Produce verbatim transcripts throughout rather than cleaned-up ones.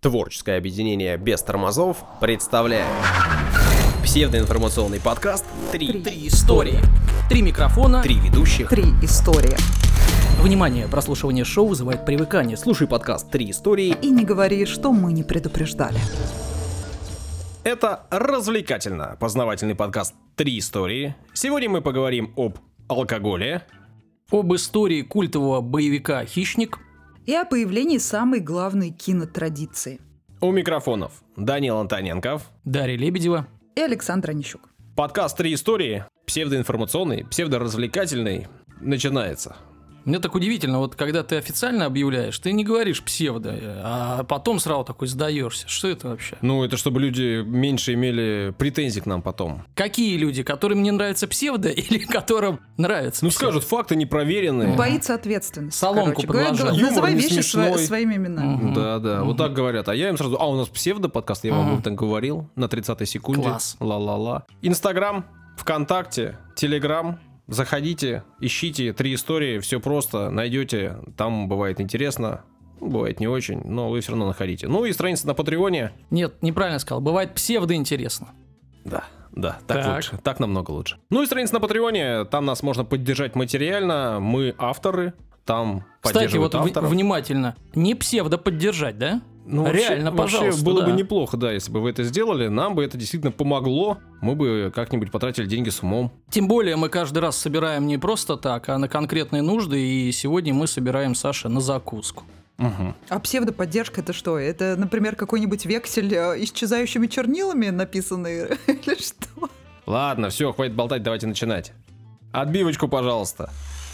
Творческое объединение «Без тормозов» представляет псевдоинформационный подкаст «Три, Три истории». Три микрофона. Три ведущих. Три истории. Внимание, прослушивание шоу вызывает привыкание. Слушай подкаст «Три истории». И не говори, что мы не предупреждали. Это развлекательно познавательный подкаст «Три истории». Сегодня мы поговорим об алкоголе, Об истории культового боевика «Хищник». И о появлении самой главной кинотрадиции. у микрофонов Данил Антоненков, Дарья Лебедева. И Александр Онищук. подкаст «Три истории», псевдоинформационный, псевдоразвлекательный, начинается. Мне так удивительно, вот когда ты официально объявляешь, ты не говоришь псевдо, а потом сразу такой сдаешься. Что это вообще? Ну, это чтобы люди меньше имели претензий к нам потом. Какие люди, которым не нравится псевдо или которым нравится Ну, псевдо? скажут, факты непроверенные. Боится ответственности. Соломку короче говоря. подложил. Юмор Называй не вещи смешной. сво- своими именами. Да, да, вот так говорят. А я им сразу, а у нас псевдо-подкаст, я вам об этом говорил на тридцатой секунде. Класс. Ла-ла-ла. Инстаграм, ВКонтакте, Телеграм. Заходите, ищите «Три истории», все просто, найдете, там бывает интересно, бывает не очень, но вы все равно находите. Ну и страница на Патреоне. Нет, неправильно сказал. Бывает псевдоинтересно. Да, да, так, Так. лучше, так намного лучше. Ну и страница на Патреоне, там нас можно поддержать материально, мы авторы, там Кстати, поддерживают вот в- авторов. внимательно. Не псевдо поддержать, да? Ну, Реально, вообще, пожалуйста, было да. бы неплохо, да, если бы вы это сделали, нам бы это действительно помогло, мы бы как-нибудь потратили деньги с умом. Тем более мы каждый раз собираем не просто так, а на конкретные нужды, и сегодня мы собираем, Саша, на закуску. Угу. А псевдоподдержка это что? Это, например, какой-нибудь вексель э, исчезающими чернилами написанный или что? Ладно, все, хватит болтать, давайте начинать. Отбивочку, пожалуйста.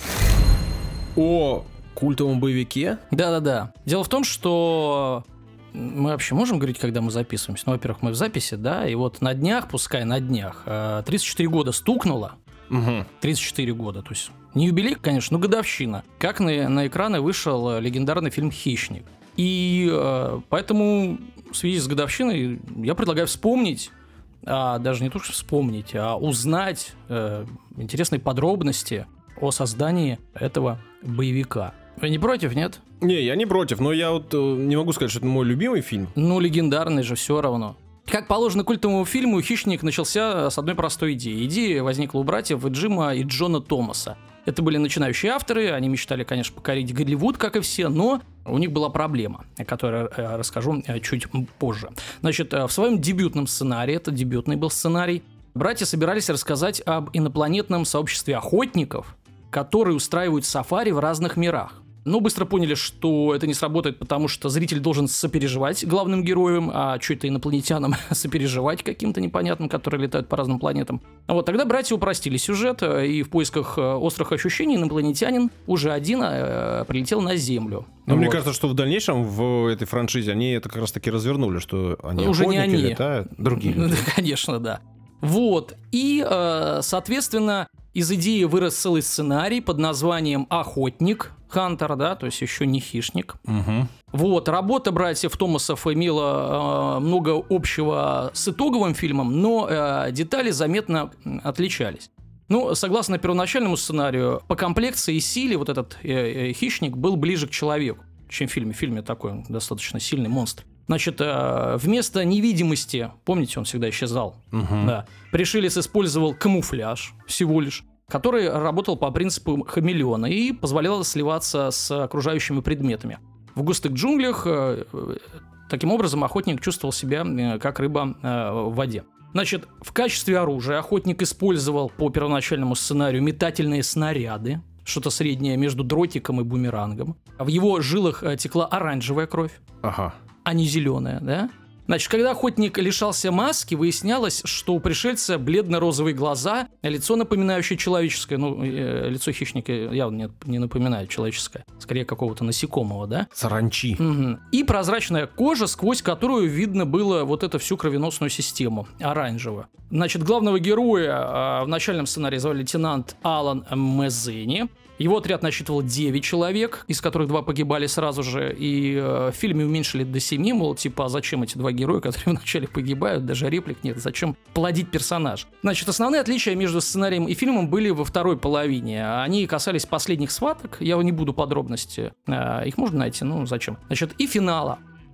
О культовом боевике? Да-да-да. Дело в том, что мы вообще можем говорить, когда мы записываемся? Ну, во-первых, мы в записи, да, и вот на днях, пускай на днях, э, тридцать четыре года стукнуло, Угу. тридцать четыре года, то есть не юбилей, конечно, но годовщина, как на, на экраны вышел легендарный фильм «Хищник». И э, поэтому в связи с годовщиной я предлагаю вспомнить, а даже не то, что вспомнить, а узнать э, интересные подробности о создании этого боевика. Вы не против, нет? Не, я не против, но я вот э, не могу сказать, что это мой любимый фильм. Ну, легендарный же все равно. Как положено культовому фильму, «Хищник» начался с одной простой идеи. Идея возникла у братьев Джима и Джона Томаса. Это были начинающие авторы, они мечтали, конечно, покорить Голливуд, как и все, но у них была проблема, о которой я расскажу чуть позже. Значит, в своем дебютном сценарии, это дебютный был сценарий, братья собирались рассказать об инопланетном сообществе охотников, которые устраивают сафари в разных мирах. Но быстро поняли, что это не сработает, потому что зритель должен сопереживать главным героям, а что это инопланетянам сопереживать каким-то непонятным, которые летают по разным планетам. Вот тогда братья упростили сюжет, и в поисках острых ощущений инопланетянин уже один э, прилетел на Землю. Но мне Вот. кажется, что в дальнейшем в этой франшизе они это как раз таки развернули, что они Уже не охотники они. летают, другие Ну, люди. да, конечно, да. Вот. И, э, соответственно, из идеи вырос целый сценарий под названием «Охотник», «Хантер», да, то есть еще не «Хищник». Мгм. Вот, работа братьев Томасов имела э, много общего с итоговым фильмом, но э, детали заметно отличались. Ну, согласно первоначальному сценарию, по комплекции и силе вот этот э, э, хищник был ближе к человеку, чем в фильме. В фильме такой он достаточно сильный монстр. Значит, э, вместо невидимости, помните, он всегда исчезал, Мгм. да, Пришелец использовал камуфляж всего лишь, который работал по принципу хамелеона и позволял сливаться с окружающими предметами. В густых джунглях э, э, таким образом охотник чувствовал себя э, как рыба э, в воде. Значит, в качестве оружия охотник использовал по первоначальному сценарию метательные снаряды, что-то среднее между дротиком и бумерангом. В его жилах э, текла оранжевая кровь, Ага. а не зеленая, да? Значит, когда охотник лишался маски, выяснялось, что у пришельца бледно-розовые глаза, лицо, напоминающее человеческое, ну, э, лицо хищника явно не, не напоминает человеческое, скорее какого-то насекомого, да? Саранчи. Мгм. И прозрачная кожа, сквозь которую видно было вот эту всю кровеносную систему, оранжевую. Значит, главного героя а, в начальном сценарии звали лейтенант Алан Мезени. Его отряд насчитывал девять человек, из которых два погибали сразу же, и э, в фильме уменьшили до семи, мол, типа, а зачем эти два героя, которые вначале погибают, даже реплик нет, зачем плодить персонаж. Значит, основные отличия между сценарием и фильмом были во второй половине. Они касались последних схваток, я не буду подробности, э, их можно найти, ну зачем. Значит, и финала.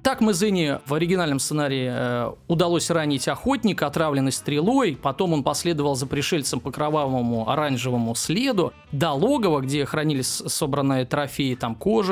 Так Мазини в оригинальном сценарии э, удалось ранить охотника, отравленный стрелой. Потом он последовал за пришельцем по кровавому оранжевому следу до логова, где хранились собранные трофеи, там кожа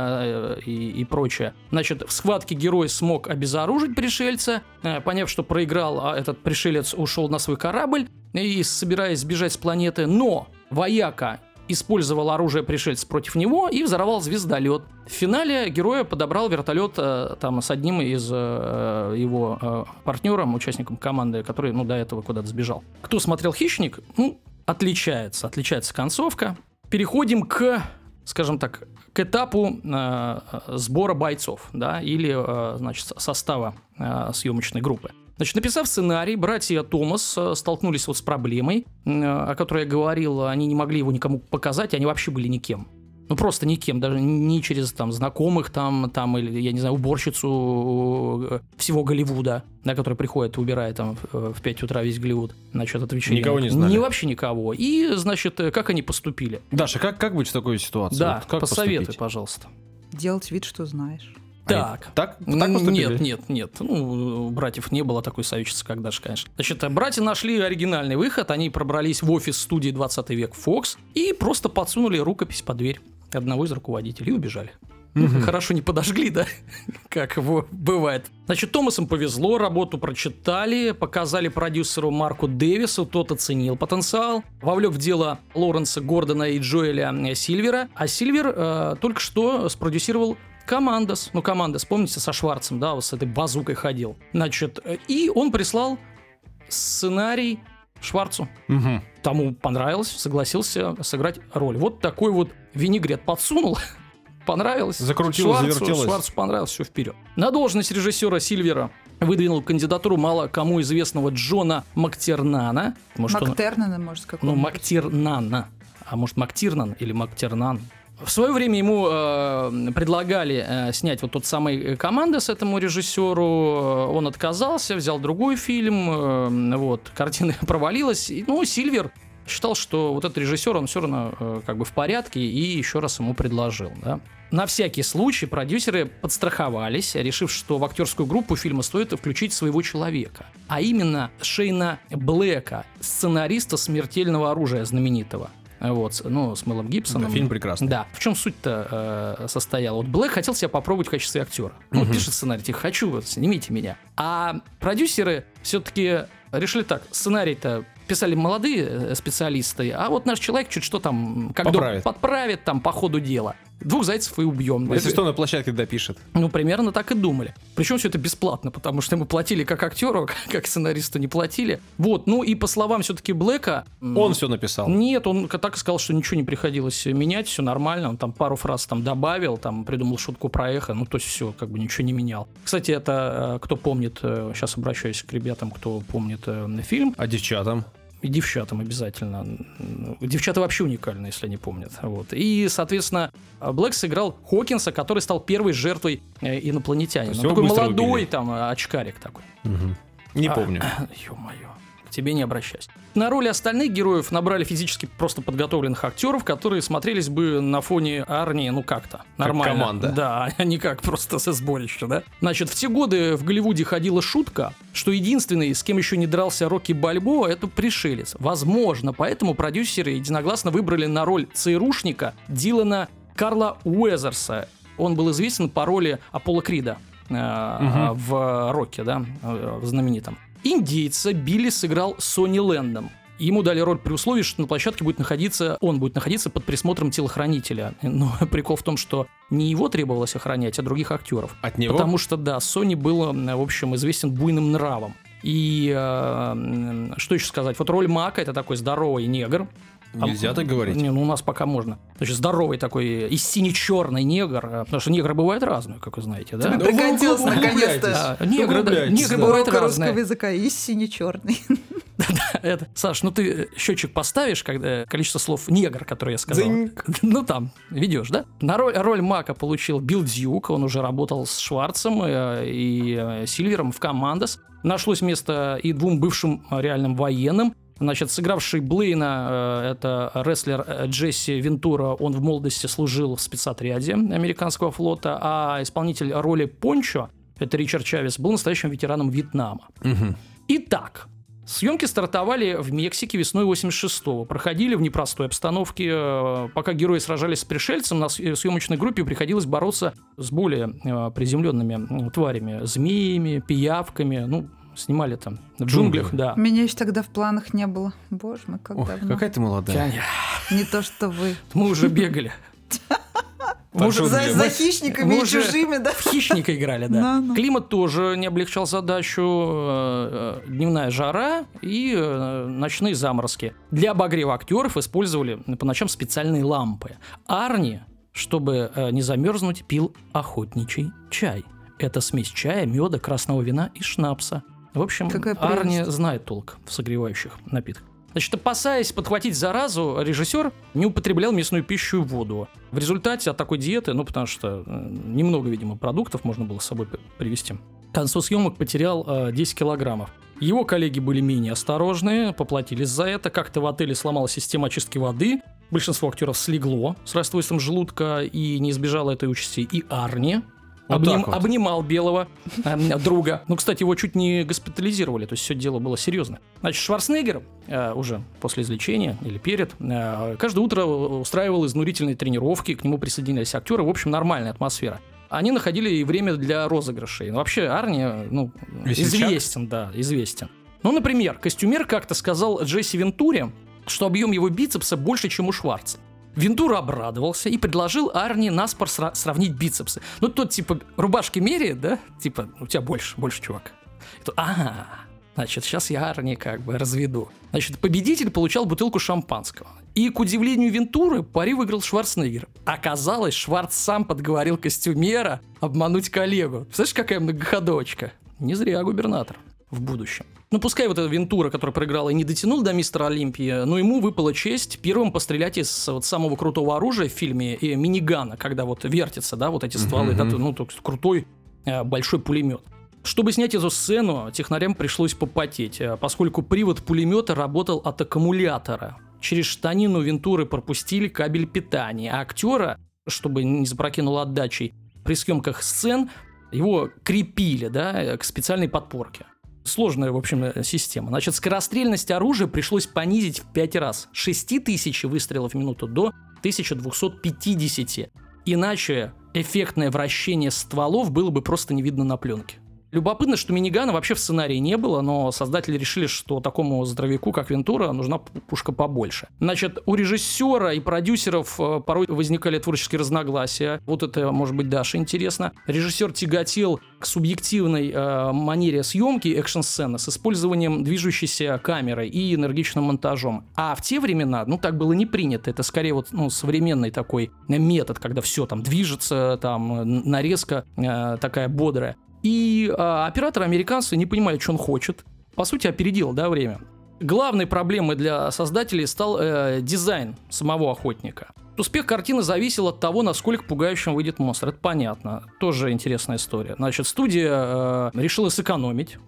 э, и, и прочее. Значит, в схватке герой смог обезоружить пришельца. Э, поняв, что проиграл, а этот пришелец ушел на свой корабль и собираясь сбежать с планеты. Но вояка использовал оружие пришельца против него и взорвал звездолет. В финале героя подобрал вертолет э, там, с одним из э, его э, партнером, участником команды, который ну, до этого куда-то сбежал. Кто смотрел «Хищник», ну, отличается. Отличается концовка. Переходим к, скажем так, к этапу э, сбора бойцов, да, или э, значит, состава э, съемочной группы. Значит, написав сценарий, братья Томас столкнулись вот с проблемой, о которой я говорил, они не могли его никому показать, они вообще были никем. Ну, просто никем, даже не через там знакомых там, там или, я не знаю, уборщицу всего Голливуда, да, которая приходит и убирает там в пять утра весь Голливуд. Значит, отвечает. Никого не знали? Не вообще никого. И, значит, как они поступили? Даша, как, как быть в такой ситуации? Да, вот как посоветуй, поступить? пожалуйста. Делать вид, что знаешь. Так. Так, так поступили? Нет, нет, нет. Ну, у братьев не было такой советчицы, как Даша, конечно. Значит, братья нашли оригинальный выход. Они пробрались в офис студии двадцатый век Fox и просто подсунули рукопись под дверь одного из руководителей и убежали. Mm-hmm. Хорошо не подожгли, да? Как его бывает. Значит, Томасам повезло, работу прочитали, показали продюсеру Марку Дэвису, тот оценил потенциал, вовлек в дело Лоренса Гордона и Джоэля Сильвера, а Сильвер э, только что спродюсировал Командос. Ну, Командос, помните, со Шварцем, да, вот с этой базукой ходил. Значит, и он прислал сценарий Шварцу. Угу. Тому понравилось, согласился сыграть роль. Вот такой вот винегрет подсунул, понравилось. Закрутилось, Шварцу, завертелось. Шварцу понравилось, все вперед. На должность режиссера Сильвера выдвинул кандидатуру мало кому известного Джона Мактернана. Может, Мактернана, он... может, какого-нибудь. Ну, Мактернана. А может, Мактирнан или Мактернан. В свое время ему э, предлагали э, снять вот тот самый «Командос» этому режиссеру. Он отказался, взял другой фильм. Э, вот, картина провалилась. И, ну, Сильвер считал, что вот этот режиссер, он все равно э, как бы в порядке, и еще раз ему предложил. Да. На всякий случай продюсеры подстраховались, решив, что в актерскую группу фильма стоит включить своего человека. А именно Шейна Блэка, сценариста «Смертельного оружия» знаменитого. Вот, ну, с Мелом Гибсоном. Да, фильм прекрасный. Да. В чем суть-то э, состояла? Вот Блэк хотел себя попробовать в качестве актера. Ну, Угу. пишет сценарий, типа, хочу, вот, снимите меня. А продюсеры все-таки решили так, сценарий-то писали молодые специалисты, а вот наш человек чуть что там как Поправит. подправит там по ходу дела. Двух зайцев и убьем. Если что, на площадке допишет. Ну, примерно так и думали. Причем все это бесплатно, потому что ему платили как актеру, как сценаристу не платили. Вот, ну и по словам все-таки Блэка... Он все написал. Нет, он так и сказал, что ничего не приходилось менять, все нормально. Он там пару фраз там добавил, там придумал шутку про эхо, ну то есть все, как бы ничего не менял. Кстати, это, кто помнит, сейчас обращаюсь к ребятам, кто помнит фильм. А девчатам? И девчатам обязательно. Девчата вообще уникальны, если они помнят. Вот. И, соответственно, Блэк сыграл Хокинса, который стал первой жертвой инопланетянина. То есть Он его такой быстро молодой, убили. там, очкарик такой. Угу. Не А, помню. Ё-моё, к тебе не обращаюсь. На роли остальных героев набрали физически просто подготовленных актеров, которые смотрелись бы на фоне армии, ну как-то, нормально. команда. Да, а не как просто со сборища, да? Значит, в те годы в Голливуде ходила шутка, что единственный, с кем еще не дрался Рокки Бальбоа, это пришелец. Возможно, поэтому продюсеры единогласно выбрали на роль ЦРУшника Дилана Карла Уэзерса. Он был известен по роли Аполло Крида э, Мгм. в «Рокке», да, в знаменитом. Индейца Билли сыграл Сонни Лэндом. Ему дали роль при условии, что на площадке будет находиться, он будет находиться под присмотром телохранителя. Но прикол в том, что не его требовалось охранять, а других актеров. От него? Потому что, да, Сонни был, в общем, известен буйным нравом. И э, что еще сказать? Вот роль Мака — это такой здоровый негр. Нельзя А, так говорить. Не, ну у нас пока можно. Значит, здоровый такой и сине-черный негр, потому что негры бывают разные, как вы знаете, да? Тебе Ну, вы пригодилось углубляетесь. наконец-то. А, негры, да, Углубляйтесь, негры да. бывают Урока разные. русского языка и сине-черный. Это, Саш, ну ты счетчик поставишь, когда количество слов негр, которые я сказал. Дзынь. Ну там, ведешь, да? На роль, роль Мака получил Билл Дьюк, он уже работал с Шварцем э, и э, Сильвером в «Командос». Нашлось место и двум бывшим э, реальным военным. Значит, сыгравший Блейна, э, это рестлер э, Джесси Вентура, он в молодости служил в спецотряде американского флота, а исполнитель роли Пончо это Ричард Чавес, был настоящим ветераном Вьетнама. Угу. Итак, съемки стартовали в Мексике весной восемьдесят шестого. Проходили в непростой обстановке. Пока герои сражались с пришельцем, на съемочной группе приходилось бороться с более приземленными тварями. Змеями, пиявками. Ну, снимали там в джунглях, да. Меня еще тогда в планах не было. Боже мой, как Ой, давно. какая ты молодая. Не то, что вы. Мы уже бегали. Мы уже За, за хищниками мы и уже чужими, да? в хищника играли, да. Да, да. Климат тоже не облегчал задачу. Дневная жара и ночные заморозки. Для обогрева актеров использовали по ночам специальные лампы. Арни, чтобы не замерзнуть, пил охотничий чай. Это смесь чая, меда, красного вина и шнапса. В общем, Какая Арни прелесть. знает толк в согревающих напитках. Значит, опасаясь подхватить заразу, режиссер не употреблял мясную пищу и воду. В результате от такой диеты, ну, потому что э, немного, видимо, продуктов можно было с собой п- привезти, к концу съемок потерял э, десять килограммов. Его коллеги были менее осторожные, поплатились за это. Как-то в отеле сломалась система очистки воды. Большинство актеров слегло с расстройством желудка и не избежало этой участи. И Арни Вот обним- так вот. обнимал белого э, друга. Ну, кстати, его чуть не госпитализировали, то есть все дело было серьезно. Значит, Шварценеггер э, уже после излечения или перед э, каждое утро устраивал изнурительные тренировки, к нему присоединялись актеры, в общем, нормальная атмосфера. Они находили и время для розыгрышей. Ну, вообще, Арни, ну, Весельчак? известен, да, известен. Ну, например, костюмер как-то сказал Джесси Вентуре, что объем его бицепса больше, чем у Шварца. Вентура обрадовался и предложил Арни наспор сра- сравнить бицепсы. Ну, тот, типа, рубашки меряет, да? Типа, у тебя больше, больше, чувак. И тот, ага, значит, сейчас я Арни как бы разведу. Значит, победитель получал бутылку шампанского. И, к удивлению Вентуры, пари выиграл Шварценеггер. Оказалось, Шварц сам подговорил костюмера обмануть коллегу. Представляешь, какая многоходовочка? Не зря губернатор в будущем. Ну, пускай вот эта Вентура, которая проиграла, и не дотянул до мистера Олимпии, но ему выпала честь первым пострелять из вот самого крутого оружия в фильме э, минигана, когда вот вертятся, да, вот эти стволы, да, ну, то есть крутой э, большой пулемет. Чтобы снять эту сцену, технарям пришлось попотеть, э, поскольку привод пулемета работал от аккумулятора. Через штанину Вентуры пропустили кабель питания, а актера, чтобы не запрокинул отдачей, при съемках сцен его крепили, да, к специальной подпорке. Сложная, в общем, система. Значит, скорострельность оружия пришлось понизить в пять раз. С шести тысяч выстрелов в минуту до тысяча двести пятьдесят. Иначе эффектное вращение стволов было бы просто не видно на пленке. Любопытно, что минигана вообще в сценарии не было, но создатели решили, что такому здоровяку, как Вентура, нужна пушка побольше. Значит, у режиссера и продюсеров порой возникали творческие разногласия. Вот это, может быть, Даше интересно. Режиссер тяготел к субъективной э, манере съемки экшн-сцены с использованием движущейся камеры и энергичным монтажом. А в те времена, ну, так было не принято. Это скорее вот, ну, современный такой метод, когда все там движется, там нарезка э, такая бодрая. И а, операторы американцы не понимали, что он хочет. По сути, опередил, да, время. Главной проблемой для создателей стал э, дизайн самого охотника. Успех картины зависел от того, насколько пугающим выйдет монстр. Это понятно. Тоже интересная история. Значит, студия э, решила сэкономить.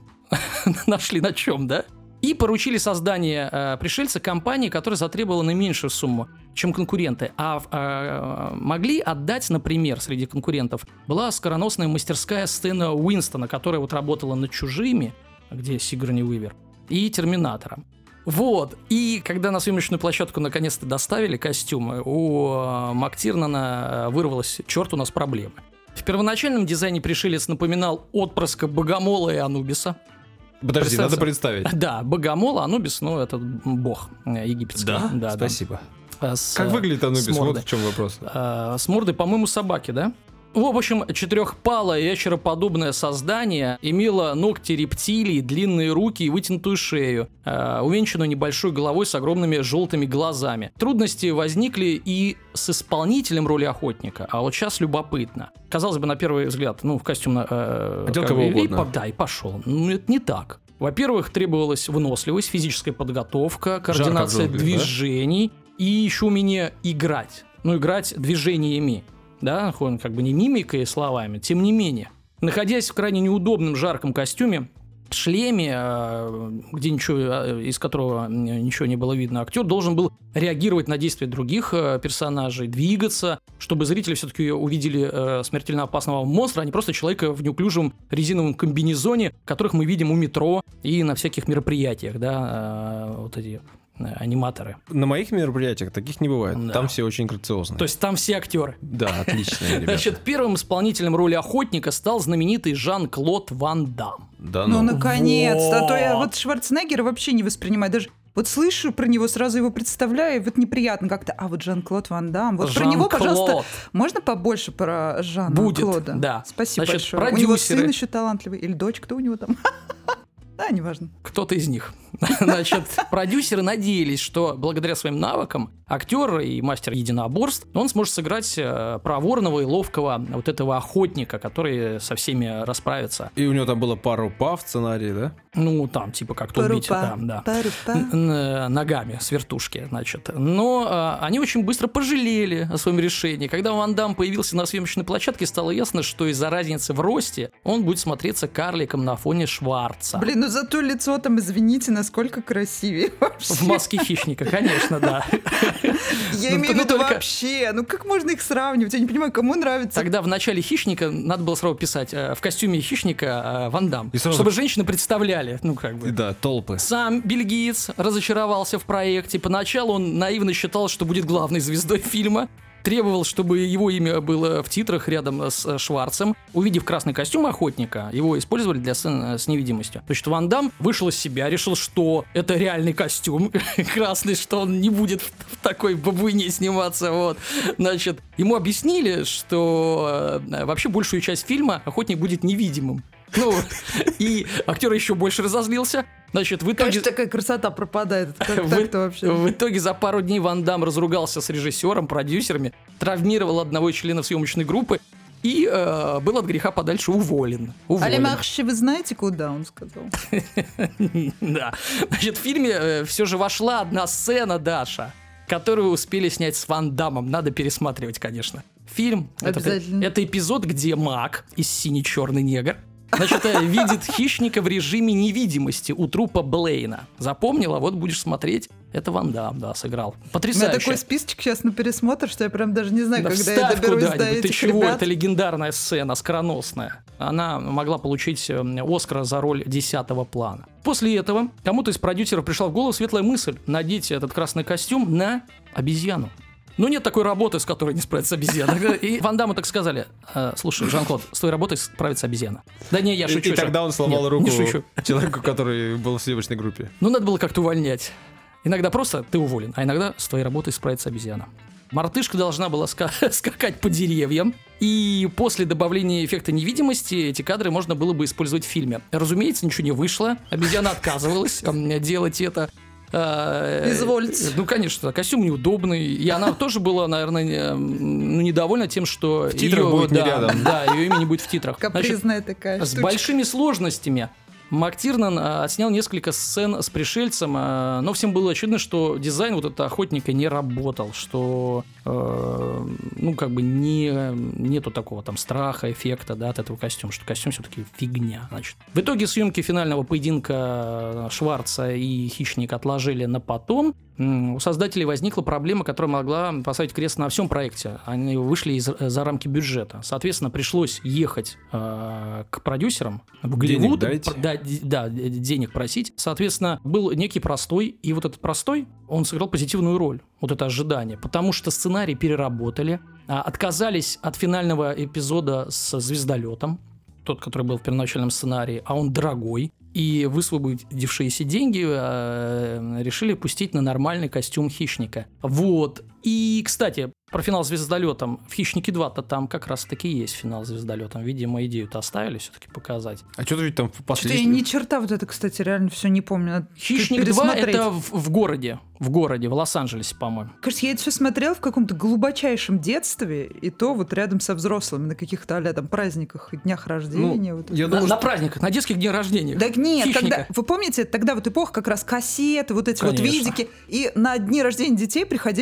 Нашли на чем, да? И поручили создание э, пришельца компании, которая затребовала наименьшую сумму, чем конкуренты. А э, могли отдать, например, среди конкурентов была скороносная мастерская Стэна Уинстона, которая вот работала над «Чужими», где Сигурни Уивер, и «Терминатором». Вот. И когда на съемочную площадку наконец-то доставили костюмы, у э, МакТирнана вырвалось: черт, у нас проблемы. В первоначальном дизайне пришелец напоминал отпрыска Богомола и Анубиса. Подожди, надо представить. Да, Богомол, Анубис, ну, это бог египетский. Да? да Спасибо. Да. С, Как выглядит Анубис? с Вот мордой. в чем вопрос. А, с мордой, по-моему, собаки, да? В общем, четырехпалое ящероподобное создание имело ногти рептилий, длинные руки и вытянутую шею, э, увенчанную небольшой головой с огромными желтыми глазами. Трудности возникли и с исполнителем роли охотника, а вот сейчас любопытно. Казалось бы, на первый взгляд, ну, в костюм... Э, Одел как кого бы, и угодно. по- да, и пошел. Ну, это не так. Во-первых, требовалась выносливость, физическая подготовка, координация джунглях, да? движений и еще умение играть. Ну, играть движениями. Да, как бы не мимикой и словами, тем не менее. Находясь в крайне неудобном жарком костюме, шлеме, где ничего, из которого ничего не было видно, актер должен был реагировать на действия других персонажей, двигаться, чтобы зрители все-таки увидели смертельно опасного монстра, а не просто человека в неуклюжем резиновом комбинезоне, которых мы видим у метро и на всяких мероприятиях, да, вот эти аниматоры. На моих мероприятиях таких не бывает. Да. Там все очень грациозные. То есть там все актеры. Да, отлично, ребята. Значит, первым исполнителем роли охотника стал знаменитый Жан-Клод Ван Дам. Да, Ну, ну. наконец-то. А то я Вот. вот Шварценеггера вообще не воспринимаю. Даже вот слышу про него, сразу его представляю, и вот неприятно как-то. А вот Жан-Клод Ван Дам. Вот про него, Жан-Клод. пожалуйста, можно побольше про Жана Будет, Клода? да. Спасибо Значит, большое. У него продюсеры. сын еще талантливый. Или дочь, кто у него там? Да, неважно. Кто-то из них. Значит, продюсеры надеялись, что благодаря своим навыкам актер и мастер единоборств он сможет сыграть э, проворного и ловкого вот этого охотника, который со всеми расправится. И у него там было пару па в сценарии, да? Ну, там, типа, как-то убить Парупа, там, да. парупа. Н- н- ногами с вертушки, значит. Но а, они очень быстро пожалели о своем решении. Когда Ван Дам появился на съемочной площадке, стало ясно, что из-за разницы в росте он будет смотреться карликом на фоне Шварца. Блин, ну зато лицо там, извините, насколько красивее вообще. В маске хищника, конечно, да. Я Ну, имею в ну, виду только- вообще. Ну как можно их сравнивать? Я не понимаю, кому нравится. Тогда в начале «Хищника» надо было сразу писать э, в костюме хищника э, Ван Дам, И сразу- чтобы женщины представляли, ну как бы. Да, толпы. Сам бельгиец разочаровался в проекте. Поначалу он наивно считал, что будет главной звездой фильма. Требовал, чтобы его имя было в титрах рядом с Шварцем. Увидев красный костюм охотника, его использовали для сцен с невидимостью. То есть Ван Дам вышел из себя, решил, что это реальный костюм красный, что он не будет в такой бабуйне сниматься. Вот. Значит, ему объяснили, что э, вообще большую часть фильма охотник будет невидимым. Ну, и актер еще больше разозлился. Значит, в Как итоге... же такая красота пропадает? Как В, так-то вообще? в итоге за пару дней Ван Дам разругался с режиссером, продюсерами, травмировал одного из членов съемочной группы и э, был от греха подальше уволен. Уволен. Але Марши, вы знаете, куда он сказал? Да. Значит, в фильме все же вошла одна сцена, Даша, которую успели снять с Ван Дамом. Надо пересматривать, конечно. Фильм — это, Обязательно. это эпизод, где маг из «Синий-черный негр», значит, э, видит хищника в режиме невидимости у трупа Блейна. Запомнила? Вот будешь смотреть. Это Ван Дам, да, сыграл. У меня Потрясающе. такой списочек сейчас на пересмотр, что я прям даже не знаю, Да когда я вставь доберусь до куда-нибудь. Ты этих чего? ребят. Это легендарная сцена, скороносная. Она могла получить э, Оскара за роль десятого плана. После этого кому-то из продюсеров пришла в голову светлая мысль надеть этот красный костюм на обезьяну. Ну, нет такой работы, с которой не справится обезьяна. И Ван Дамму так сказали: «Э, слушай, Жан-Клод, с твоей работой справится обезьяна». Да не, я И, шучу. и тогда он сломал Нет, руку не шучу. человеку, который был в съемочной группе. Ну, надо было как-то увольнять. Иногда просто ты уволен, а иногда с твоей работой справится обезьяна. Мартышка должна была ска- скакать по деревьям, и после добавления эффекта невидимости эти кадры можно было бы использовать в фильме. Разумеется, ничего не вышло, обезьяна отказывалась м, делать это. А, Извольте. Ну, конечно, костюм неудобный, и она тоже была, наверное, не- ну, недовольна тем, что В титрах её, будет не да, рядом. Да, ее имя не будет в титрах. Значит, Капризная такая с штучка. большими сложностями МакТирнан а, отснял несколько сцен с пришельцем, а, но всем было очевидно, что дизайн вот этого охотника не работал, что э, ну как бы не, нету такого там страха, эффекта, да, от этого костюма, что костюм все-таки фигня. Значит. В итоге съемки финального поединка Шварца и Хищника отложили на потом. М, У создателей возникла проблема, которая могла поставить крест на всем проекте. Они вышли из, за рамки бюджета. Соответственно, пришлось ехать э, к продюсерам в Голливуд. дайте. Да, д- да, д- денег просить. Соответственно, был некий простой, и вот этот простой, он сыграл позитивную роль. Вот это ожидание. Потому что сценарий переработали, а, отказались от финального эпизода с звездолетом, тот, который был в первоначальном сценарии, а он дорогой. И высвободившиеся деньги э, решили пустить на нормальный костюм хищника. Вот. И, кстати, про финал с звездолетом. В «Хищнике два»-то там как раз-таки есть финал с звездолетом. Видимо, идею-то оставили все-таки показать. А что-то ведь там в Что-то я последнем... ни черта вот это, кстати, реально все не помню. Надо «Хищник два» пересмотреть. это в, в городе. В городе, в Лос-Анджелесе, по-моему. Кажется, я это все смотрела в каком-то глубочайшем детстве, и то вот рядом со взрослыми, на каких-то а-ля там праздниках и днях рождения. вот это. я На, думаю, на что- праздниках, на детских днях рождения. Так нет, Хищника. когда, вы помните, тогда вот эпоха как раз кассеты, вот эти Конечно. вот видики, и на дни рождения детей приходили взрослые,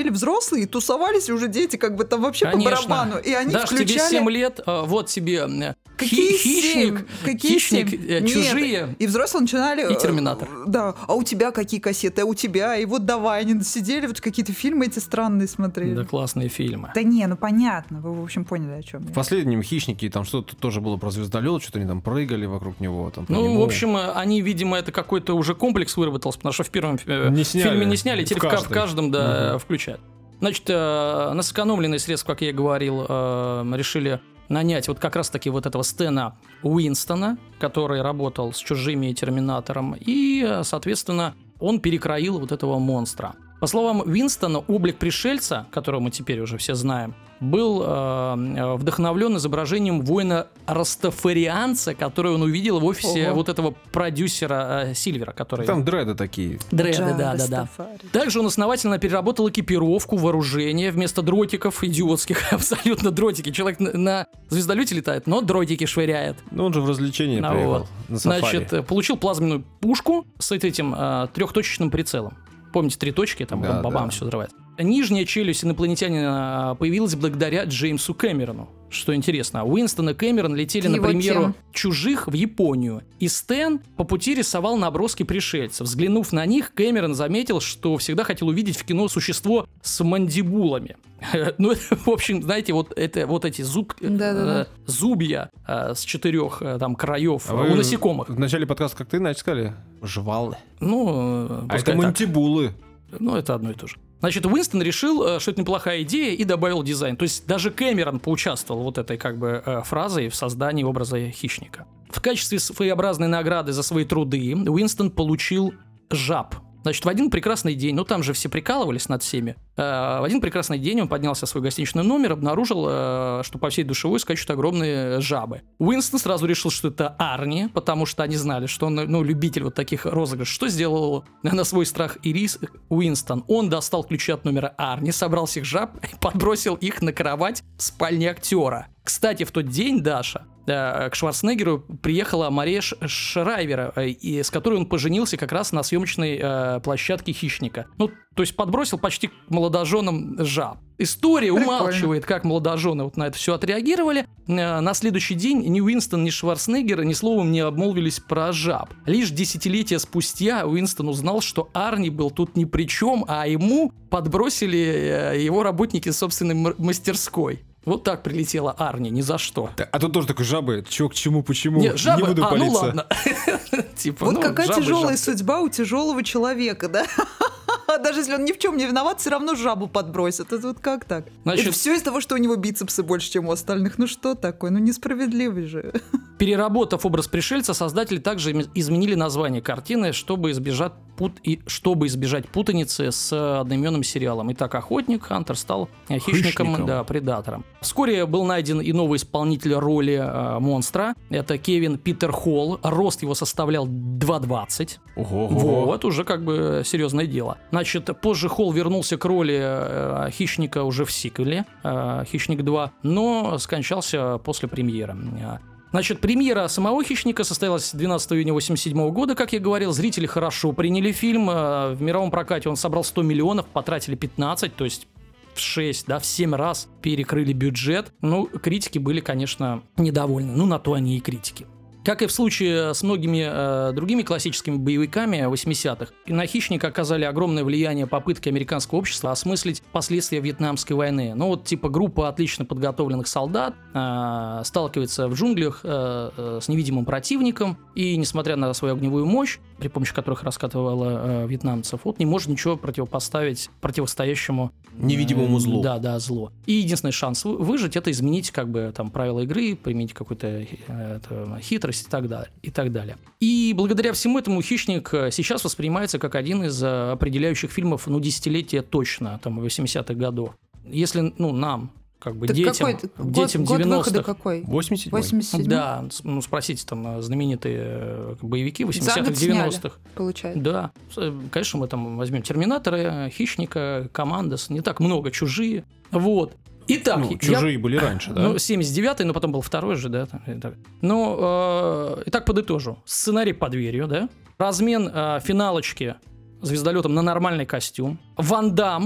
взрослые, и тусовались уже дети, как бы там вообще Конечно. по барабану. И они Даш, включали... тебе семь лет, э, вот тебе э, Какие хи- хищник, семь? Какие хищник, семь? э, Нет. чужие. И взрослые начинали... И Терминатор. э, Да. А у тебя какие кассеты? А у тебя? И вот давай, они сидели, вот какие-то фильмы эти странные смотрели. Да, классные фильмы. Да не, ну понятно, вы, в общем, поняли, о чем я. В последнем «Хищнике» там что-то тоже было про звездолет, что-то они там прыгали вокруг него. Там, по Ну, нему. в общем, э, они, видимо, это какой-то уже комплекс выработался, потому что в первом э, Не сняли. фильме не сняли, В теперь в, ка- в каждой. каждом, да, Мгм. включают. Значит, э, на сэкономленные средства, как я и говорил, э, решили нанять вот как раз-таки вот этого Стэна Уинстона, который работал с «Чужими» и «Терминатором», и, э, соответственно, он перекроил вот этого монстра. По словам Уинстона, облик пришельца, которого мы теперь уже все знаем, был э, вдохновлен изображением воина-растафарианца, который он увидел в офисе Ого. вот этого продюсера э, Сильвера, который... Там дреды такие. Дреды, Джа да, да, да. Растафари. Также он основательно переработал экипировку, вооружение вместо дротиков идиотских, абсолютно дротики. Человек на, на звездолете летает, но дротики швыряет. Ну, он же в развлечение Ну приехал. вот. На сафари. Значит, э, получил плазменную пушку с этим э, трехточечным прицелом. Помните, три точки, там Да, бам-бам, да. все взрывает. Нижняя челюсть инопланетянина появилась благодаря Джеймсу Кэмерону. Что интересно, Уинстон и Кэмерон летели на Его премьеру тем. «Чужих» в Японию. И Стэн по пути рисовал наброски пришельцев. Взглянув на них, Кэмерон заметил, что всегда хотел увидеть в кино существо с мандибулами. Ну, это, в общем, знаете, вот, это, вот эти зуб, Да-да-да. э, зубья э, с четырех э, там краев А у вы насекомых. В начале подкаста, как ты иначе сказали? Жвалы. Ну, э, А пускай это так. мантибулы. Ну, это одно и то же. Значит, Уинстон решил, э, что это неплохая идея, и добавил дизайн. То есть даже Кэмерон поучаствовал вот этой как бы э, фразой в создании образа хищника. В качестве своеобразной награды за свои труды Уинстон получил жаб. Значит, в один прекрасный день, ну там же все прикалывались над всеми, э, в один прекрасный день он поднялся в свой гостиничный номер, обнаружил, э, что по всей душевой скачут огромные жабы. Уинстон сразу решил, что это Арни, потому что они знали, что он, ну, любитель вот таких розыгрышей. Что сделал на свой страх и риск Уинстон? Он достал ключи от номера Арни, собрал всех жаб и подбросил их на кровать в спальне актера. Кстати, в тот день, Даша, к Шварценеггеру приехала Мария Шрайвера, и с которой он поженился как раз на съемочной э, площадке «Хищника». Ну, то есть подбросил почти к молодоженам жаб. История Прикольно. умалчивает, как молодожены вот на это все отреагировали. Э, на следующий день ни Уинстон, ни Шварценеггер ни словом не обмолвились про жаб. Лишь десятилетия спустя Уинстон узнал, что Арни был тут ни при чем, а ему подбросили э, его работники собственной м- мастерской. Вот так прилетела Арни, ни за что. Да, а тут тоже такой жабы. Чего, к чему, почему? Не, жабы, буду а, ну палиться. ладно. Типа, Вот ну, какая жабы, тяжелая жабы. судьба у тяжелого человека, да? Даже если он ни в чем не виноват, все равно жабу подбросят. Это вот как так? Значит- Это все из-за того, что у него бицепсы больше, чем у остальных. Ну что такое? Ну несправедливый же. Переработав образ пришельца, создатели также им- изменили название картины, чтобы избежать, пут... и... чтобы избежать путаницы с одноименным сериалом. Итак, охотник Хантер стал э, хищником, Хищником. да, предатором. Вскоре был найден и новый исполнитель роли э, монстра. Это Кевин Питер Холл. Рост его составлял два двадцать. Ого. Вот, уже как бы серьезное дело. Значит, позже Холл вернулся к роли э, хищника уже в сиквеле э, «Хищник два», но скончался после премьеры. Э, Значит, премьера самого «Хищника» состоялась двенадцатого июня восемьдесят седьмого года, как я говорил. Зрители хорошо приняли фильм. Э, В мировом прокате он собрал сто миллионов, потратили пятнадцать, то есть в шесть, да, в семь раз перекрыли бюджет. Ну, критики были, конечно, недовольны. Ну, на то они и критики. Как и в случае с многими э, другими классическими боевиками восьмидесятых, на «Хищника» оказали огромное влияние попытки американского общества осмыслить последствия Вьетнамской войны. Ну вот типа группа отлично подготовленных солдат э, сталкивается в джунглях э, э, с невидимым противником и, несмотря на свою огневую мощь, при помощи которых раскатывала э, вьетнамцев, вот не может ничего противопоставить противостоящему э, Невидимому злу. Да, да, зло. И единственный шанс вы- выжить — это изменить как бы там правила игры, применить какую-то э, это, хитрость и так далее, и так далее. И благодаря всему этому «Хищник» сейчас воспринимается как один из э, определяющих фильмов, ну, десятилетия точно, там, восьмидесятых годов. Если, ну, нам, как бы, Так детям, какой это? Год- детям год выхода девяностых, какой? восемьдесят седьмой. восемьдесят седьмой? да, с- ну, спросите, там, знаменитые э, боевики За восьмидесятых, год сняли, девяностых. получается. Да, С- конечно, мы там возьмем «Терминатора», «Хищника», «Командос», не так много, «Чужие». Вот. Итак, Ну, я- чужие были раньше, да? ну, семьдесят девятый, но потом был второй же, да. там, и так. Ну, э, итак, подытожу. Сценарий под дверью, да. Размен э, финалочки звездолетом на нормальный костюм. Ван Дамм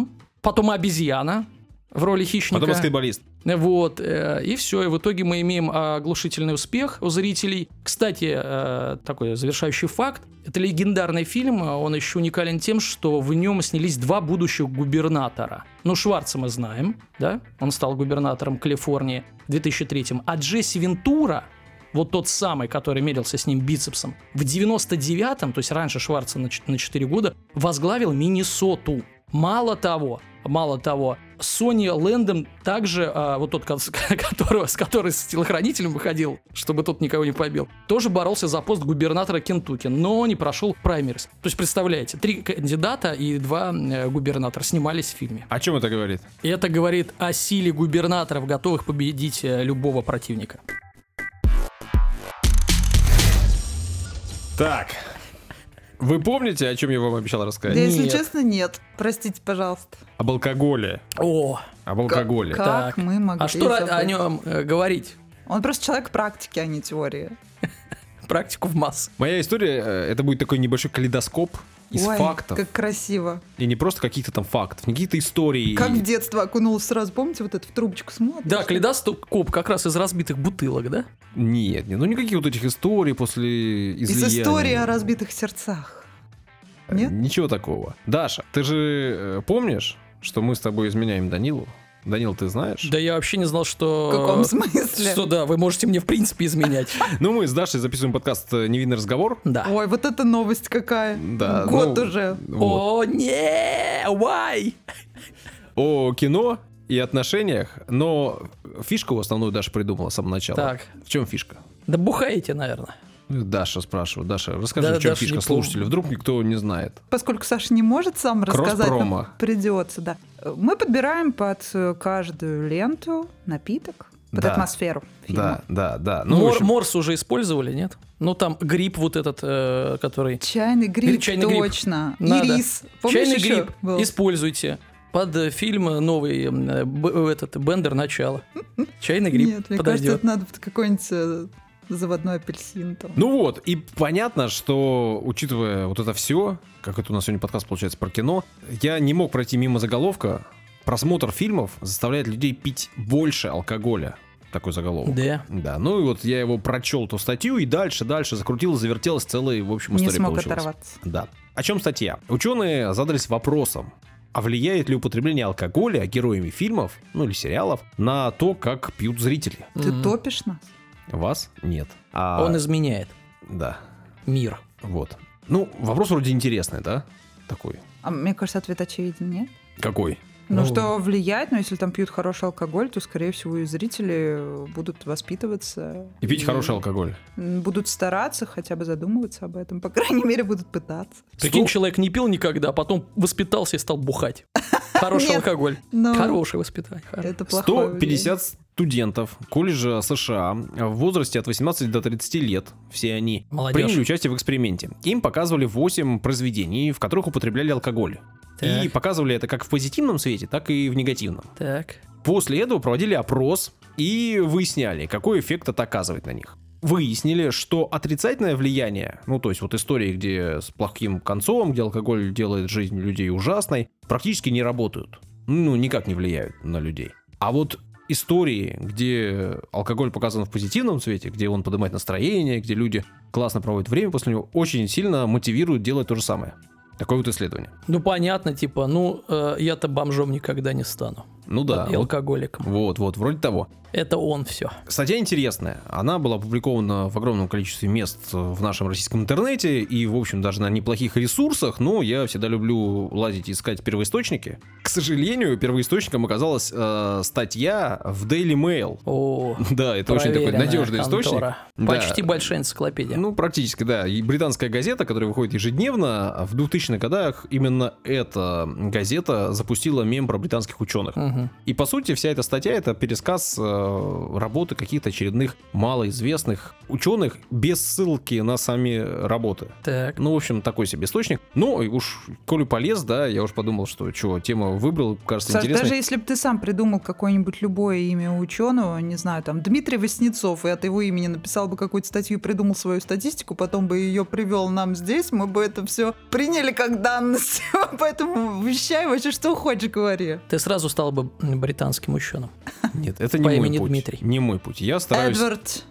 потом обезьяна в роли хищника. Потом баскетболист. Вот, э, и все, и в итоге мы имеем оглушительный успех у зрителей. Кстати, э, такой завершающий факт, это легендарный фильм, он еще уникален тем, что в нем снялись два будущих губернатора. Ну, Шварца мы знаем, да, он стал губернатором Калифорнии в две тысячи третьем, а Джесси Вентура, вот тот самый, который мерился с ним бицепсом, в девяносто девятом, то есть раньше Шварца на четыре года, возглавил Миннесоту. Мало того, мало того, Сони Лэндом также, а, вот тот, который, с который с телохранителем выходил, чтобы тот никого не побил, тоже боролся за пост губернатора Кентукки, но не прошел праймерис. То есть, представляете, три кандидата и два э, губернатора снимались в фильме. О чем это говорит? И это говорит о силе губернаторов, готовых победить э, любого противника. Так, вы помните, о чем я вам обещал рассказать? Да, если Нет. честно, нет. Простите, пожалуйста. Об алкоголе. О, Об алкоголе. Как Так. мы могли а что забыть? о нем э, говорить? Он просто человек практики, а не теории. Практику в массы. Моя история, э, это будет такой небольшой калейдоскоп из Ой, фактов. как красиво. И не просто каких-то там фактов, не какие-то истории. Как в детство окунулась сразу, помните, вот это в трубочку смотришь? Да, калейдоскоп как раз из разбитых бутылок, да? Нет, нет, ну никаких вот этих историй после Из излияния. истории о разбитых сердцах. Нет? Ничего такого. Даша, ты же э, помнишь, что мы с тобой изменяем Данилу? Данил, ты знаешь? Да я вообще не знал, что... В каком смысле? Что да, вы можете мне в принципе изменять. Ну, мы с Дашей записываем подкаст «Невинный разговор». Да. Ой, вот это новость какая. Да, Год ну, уже. вот. О, не, why? О кино и отношениях, но фишку основную Даша придумала с самого начала. Так. В чем фишка? Да бухаете, наверное. Даша спрашиваю. Даша, расскажи, Да, в чем Даша фишка не слушателю. Вдруг никто не знает. Поскольку Саша не может сам рассказать, Кросс-промо. нам придется, да. Мы подбираем под э, каждую ленту напиток, под Да. атмосферу фильма. Да, да, да. Ну, в Мор- общем, Морс уже использовали, нет? Ну там гриб вот этот, э, который... Чайный гриб, Чайный гриб. точно. Надо. И рис. Помнишь Чайный еще гриб был? используйте. Под э, фильм новый э, б- этот Бендер «Начало». Чайный гриб Нет, мне кажется, подойдет. это надо под какой-нибудь э, заводной апельсин там. ну вот, и понятно, что, учитывая вот это все, как это у нас сегодня подкаст получается про кино, я не мог пройти мимо заголовка. Просмотр фильмов заставляет людей пить больше алкоголя. Такой заголовок. Да. Да, ну и вот я его прочел, эту статью, и дальше, дальше закрутилась, завертелась, целая, в общем, Не история смог получилась. оторваться. Да. О чем статья? Ученые задались вопросом, а влияет ли употребление алкоголя героями фильмов, ну или сериалов, на то, как пьют зрители? Ты Мгм. топишь нас? Вас? Нет. А, Он изменяет Да, мир. вот. Ну, вопрос вроде интересный, да? Такой. А мне кажется, ответ очевиден, нет? Какой? Ну, Ну. что влияет, но если там пьют хороший алкоголь, то, скорее всего, и зрители будут воспитываться. И пить хороший алкоголь. м, Будут стараться, хотя бы задумываться об этом. По крайней мере, будут пытаться. Прикинь, Сто- человек не пил никогда, а потом воспитался и стал бухать. Хороший Нет, алкоголь. но Хорошее воспитание. это плохое сто пятьдесят студентов колледжа США в возрасте от восемнадцати до тридцати лет, все они, Молодежь. приняли участие в эксперименте. Им показывали восемь произведений, в которых употребляли алкоголь. И Так. показывали это как в позитивном свете, так и в негативном. Так. После этого проводили опрос и выясняли, какой эффект это оказывает на них. Выяснили, что отрицательное влияние, ну то есть вот истории, где с плохим концом, где алкоголь делает жизнь людей ужасной, практически не работают. Ну, никак не влияют на людей. А вот истории, где алкоголь показан в позитивном цвете, где он поднимает настроение, где люди классно проводят время после него, очень сильно мотивируют делать то же самое. Такое вот исследование. Ну, понятно, типа, ну, э, я-то бомжом никогда не стану. Ну да. И вот, алкоголиком. вот, вот, вроде того. Это он все. Статья интересная. Она была опубликована в огромном количестве мест в нашем российском интернете и, в общем, даже на неплохих ресурсах, но я всегда люблю лазить и искать первоисточники. К сожалению, первоисточником оказалась э, статья в Daily Mail. О, Да, это очень такой проверенная надежный контора. источник. Да. Почти большая энциклопедия. Ну, практически, да. И британская газета, которая выходит ежедневно, в двухтысячных годах именно эта газета запустила мем про британских ученых. Мгм. И, по сути, вся эта статья — это пересказ э, э, работы каких-то очередных малоизвестных ученых без ссылки на сами работы. Так. Ну, в общем, такой себе источник. Ну, и уж, коли полез, да, я уж подумал, что, чего, тему выбрал, кажется, Саш, интересной. даже если бы ты сам придумал какое-нибудь любое имя ученого, не знаю, там, Дмитрий Васнецов, и от его имени написал бы какую-то статью, придумал свою статистику, потом бы ее привел нам здесь, мы бы это все приняли как данность. Поэтому вещай вообще, что хочешь, говори. Ты сразу стал бы британским ученым. Нет, это не По мой имени путь. Дмитрий. Не мой путь. Я стараюсь... Эдвард.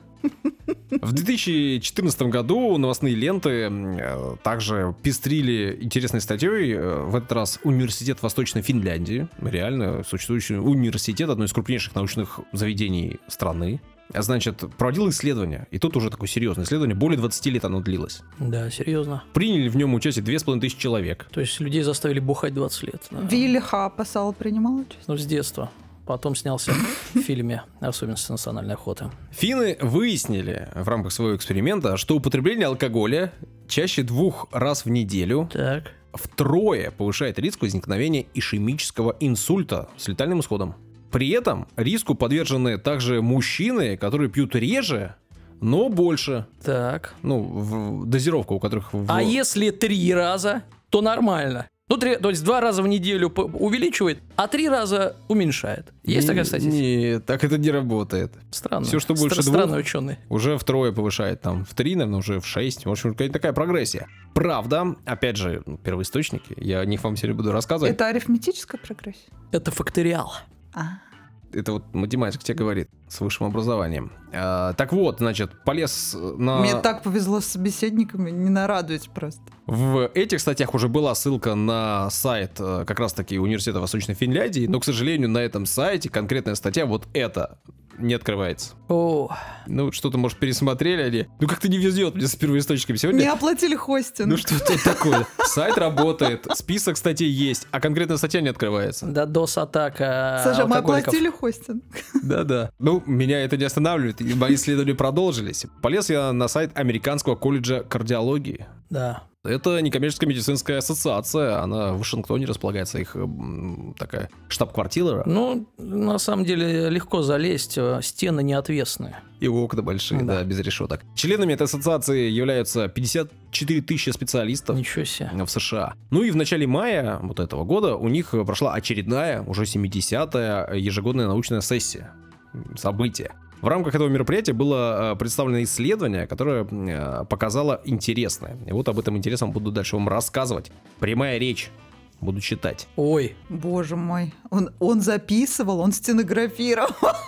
В две тысячи четырнадцатом году новостные ленты э, также пестрили интересной статьей. Э, в этот раз Университет Восточной Финляндии, реально существующий университет, одно из крупнейших научных заведений страны, значит, проводил исследование. И тут уже такое серьезное исследование. Более двадцати лет оно длилось. Да, серьезно. Приняли в нем участие две с половиной тысячи человек. То есть людей заставили бухать двадцать лет. Да. Вилли Хапасал принимал участие? Ну, с детства. Потом снялся в фильме «Особенности национальной охоты». Финны выяснили в рамках своего эксперимента, что употребление алкоголя чаще двух раз в неделю Так. втрое повышает риск возникновения ишемического инсульта с летальным исходом. При этом риску подвержены также мужчины, которые пьют реже, но больше. Так. Ну, в, дозировка у которых... В... А если три раза, то нормально. Ну, три, то есть два раза в неделю п- увеличивает, а три раза уменьшает. Есть такая статистика? Нет, так это не работает. Странно. Все, что больше Стра- двух, Странный ученый. уже втрое повышает. Там в три, наверное, уже в шесть. В общем, какая-то такая прогрессия. Правда, опять же, первоисточники. Я о них вам сегодня буду рассказывать. Это арифметическая прогрессия? Это факториал. А. Это вот математик тебе говорит с высшим образованием. А, так вот, значит, полез на... Мне так повезло с собеседниками, не нарадуюсь просто. В этих статьях уже была ссылка на сайт э, как раз-таки Университета Восточной Финляндии, но, к сожалению, на этом сайте конкретная статья вот эта не открывается. О, Ну, что-то, может, пересмотрели они. Ну, как-то не везет мне с первоисточниками сегодня. Не оплатили хостинг. Ну, что тут такое? Сайт работает, список статей есть, а конкретная статья не открывается. да, дос-атака Саша, мы алкоголиков. оплатили хостинг. Да-да. Ну, меня это не останавливает, и мои исследования продолжились. Полез я на сайт Американского колледжа кардиологии. Да. Это некоммерческая медицинская ассоциация, она в Вашингтоне располагается, их м, такая штаб-квартира, Ну, на самом деле, легко залезть, э, стены не отвесные. и окна большие, да. Да. без решеток. Членами этой ассоциации являются пятьдесят четыре тысячи специалистов Ничего себе. в США. Ну и в начале мая вот этого года у них прошла очередная, уже семидесятая ежегодная научная сессия, событие. В рамках этого мероприятия было э, представлено исследование, которое э, показало интересное. И вот об этом интересном буду дальше вам рассказывать. Прямая речь. Буду читать. Ой, Боже мой. Он, он записывал, он стенографировал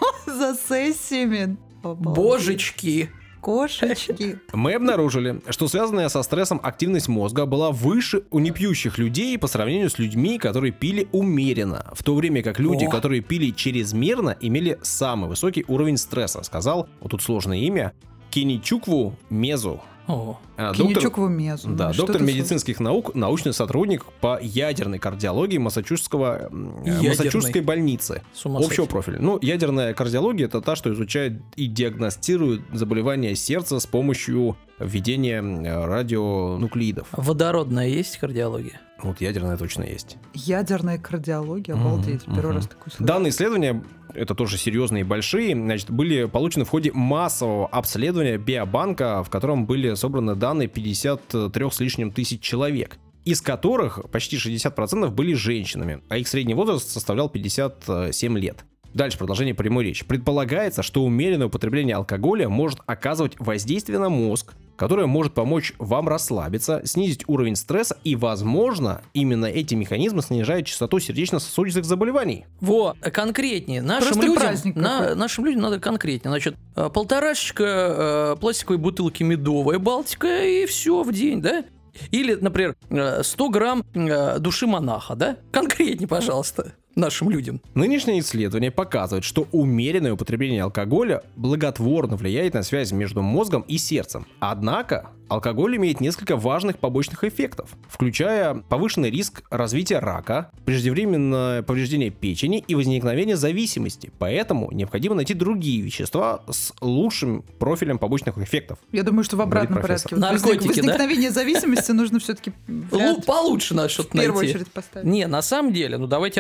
за сессиями. Обалдеть. божечки. Кошечки. Мы обнаружили, что связанная со стрессом активность мозга была выше у непьющих людей по сравнению с людьми, которые пили умеренно, в то время как люди, О. которые пили чрезмерно, имели самый высокий уровень стресса, сказал, вот тут сложное имя, Киничукву Мезу. О, А, доктор- Киничукву Мезу. Да, Ну, что доктор ты медицинских наук, научный сотрудник по ядерной кардиологии Массачусетского, м, Ядерной. Массачусетской больницы с ума общего сойти. профиля. Ну, ядерная кардиология — это та, что изучает и диагностирует заболевания сердца с помощью введения э, радионуклеидов. Водородная есть кардиология? Вот ядерная точно есть. Ядерная кардиология, Мгм, обалдеть. Первый мгм. раз такой слышу. Данные исследования, это тоже серьезные и большие, значит, были получены в ходе массового обследования биобанка, в котором были собраны данные пятьдесят три с лишним тысяч человек, из которых почти шестьдесят процентов были женщинами, а их средний возраст составлял пятьдесят семь лет. Дальше продолжение прямой речи. Предполагается, что умеренное употребление алкоголя может оказывать воздействие на мозг, которое может помочь вам расслабиться, снизить уровень стресса и, возможно, именно эти механизмы снижают частоту сердечно-сосудистых заболеваний. Во, конкретнее. Нашим Просто людям, праздник на- какой-то. нашим людям надо конкретнее. Значит, э, полторашечка э, пластиковой бутылки медовая Балтика, и все в день, да? Или, например, э, сто грамм э, души монаха, да? Конкретнее, пожалуйста, нашим людям. Нынешнее исследование показывает, что умеренное употребление алкоголя благотворно влияет на связь между мозгом и сердцем. Однако, алкоголь имеет несколько важных побочных эффектов, включая повышенный риск развития рака, преждевременное повреждение печени и возникновение зависимости. Поэтому необходимо найти другие вещества с лучшим профилем побочных эффектов. Я думаю, что в Говорит обратном профессор. порядке. Вот Наркотики, возник- да? возникновение зависимости нужно все-таки Лу- получше надо в что-то первую найти. очередь поставить. Не, на самом деле, ну давайте обсудим.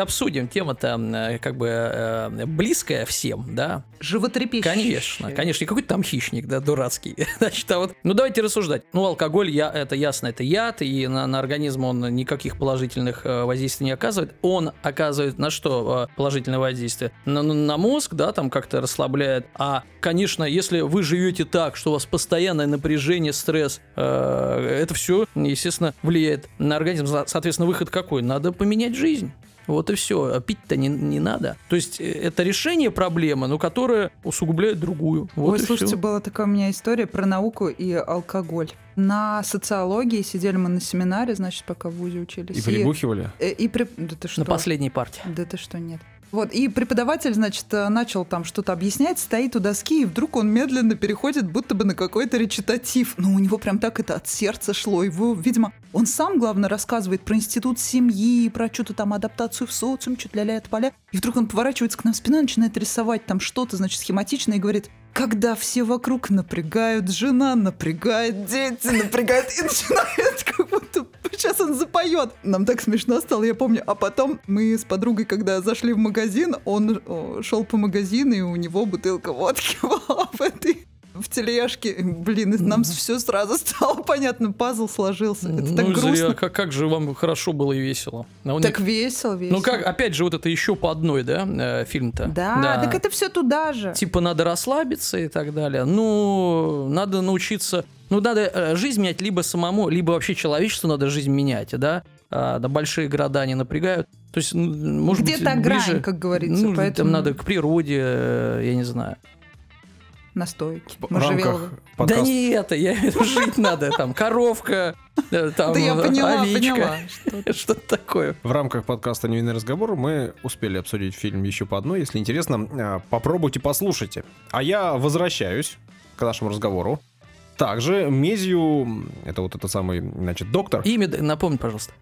говорим, тема-то э, как бы э, близкая всем, да? Животрепещущая. Конечно, конечно, и какой-то там хищник, да, дурацкий. Значит, а вот, ну давайте рассуждать. Ну, алкоголь, я, это ясно, это яд, и на, на организм он никаких положительных э, воздействий не оказывает. Он оказывает на что э, положительное воздействие? На, на мозг, да, там как-то расслабляет. А, конечно, если вы живете так, что у вас постоянное напряжение, стресс, э, это все, естественно, влияет на организм. Соответственно, выход какой? Надо поменять жизнь. Вот и все. А пить-то не, не надо. То есть это решение проблемы, но которое усугубляет другую. Вот. Ой, слушайте, всё. Была такая у меня история про науку и алкоголь. На социологии сидели мы на семинаре, значит, пока в ВУЗе учились. И прибухивали? И, и, и при... Да ты что? На последней партии. Да ты что, нет. Вот, и преподаватель, значит, начал там что-то объяснять, стоит у доски, и вдруг он медленно переходит будто бы на какой-то речитатив. Ну, у него прям так это от сердца шло. Его, видимо, он сам, главное, рассказывает про институт семьи, про что-то там адаптацию в социум, чуть ля-ля это поля. И вдруг он поворачивается к нам спиной, начинает рисовать там что-то, значит, схематичное, и говорит: когда все вокруг напрягают, жена напрягает, дети напрягают, и начинает как будто... Сейчас он запоет. Нам так смешно стало, я помню. А потом мы с подругой, когда зашли в магазин, он шел по магазину, и у него бутылка водки была в этой... в тележке. Блин, нам mm-hmm. все сразу стало понятно, пазл сложился. Это ну, так грустно. Зря. Как, как же вам хорошо было и весело. А так не... весело, весело. Ну как, опять же, вот это еще по одной, да, э, фильм-то? Да, да, так это все туда же. Типа надо расслабиться и так далее. Ну, надо научиться... Ну, надо жизнь менять либо самому, либо вообще человечеству надо жизнь менять, да? А, да, большие города не напрягают. То есть, может где-то быть, ближе... грань, как говорится. Ну, поэтому... там надо к природе, я не знаю. Настойки. В рамках подкаст... Да не это, я жить надо, там, коровка, там, да я поняла, овечка, поняла. Что-то. что-то такое. В рамках подкаста «Невинный разговор» мы успели обсудить фильм еще по одной. Если интересно, попробуйте, послушайте. А я возвращаюсь к нашему разговору. Также Мезью, это вот этот самый, значит, доктор. Имя напомни, пожалуйста.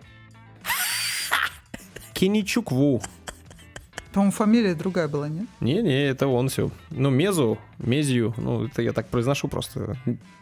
Киничук Ву. По-моему, фамилия другая была, нет? Не-не, это он все. Ну, Мезу, Мезью, ну, это я так произношу просто.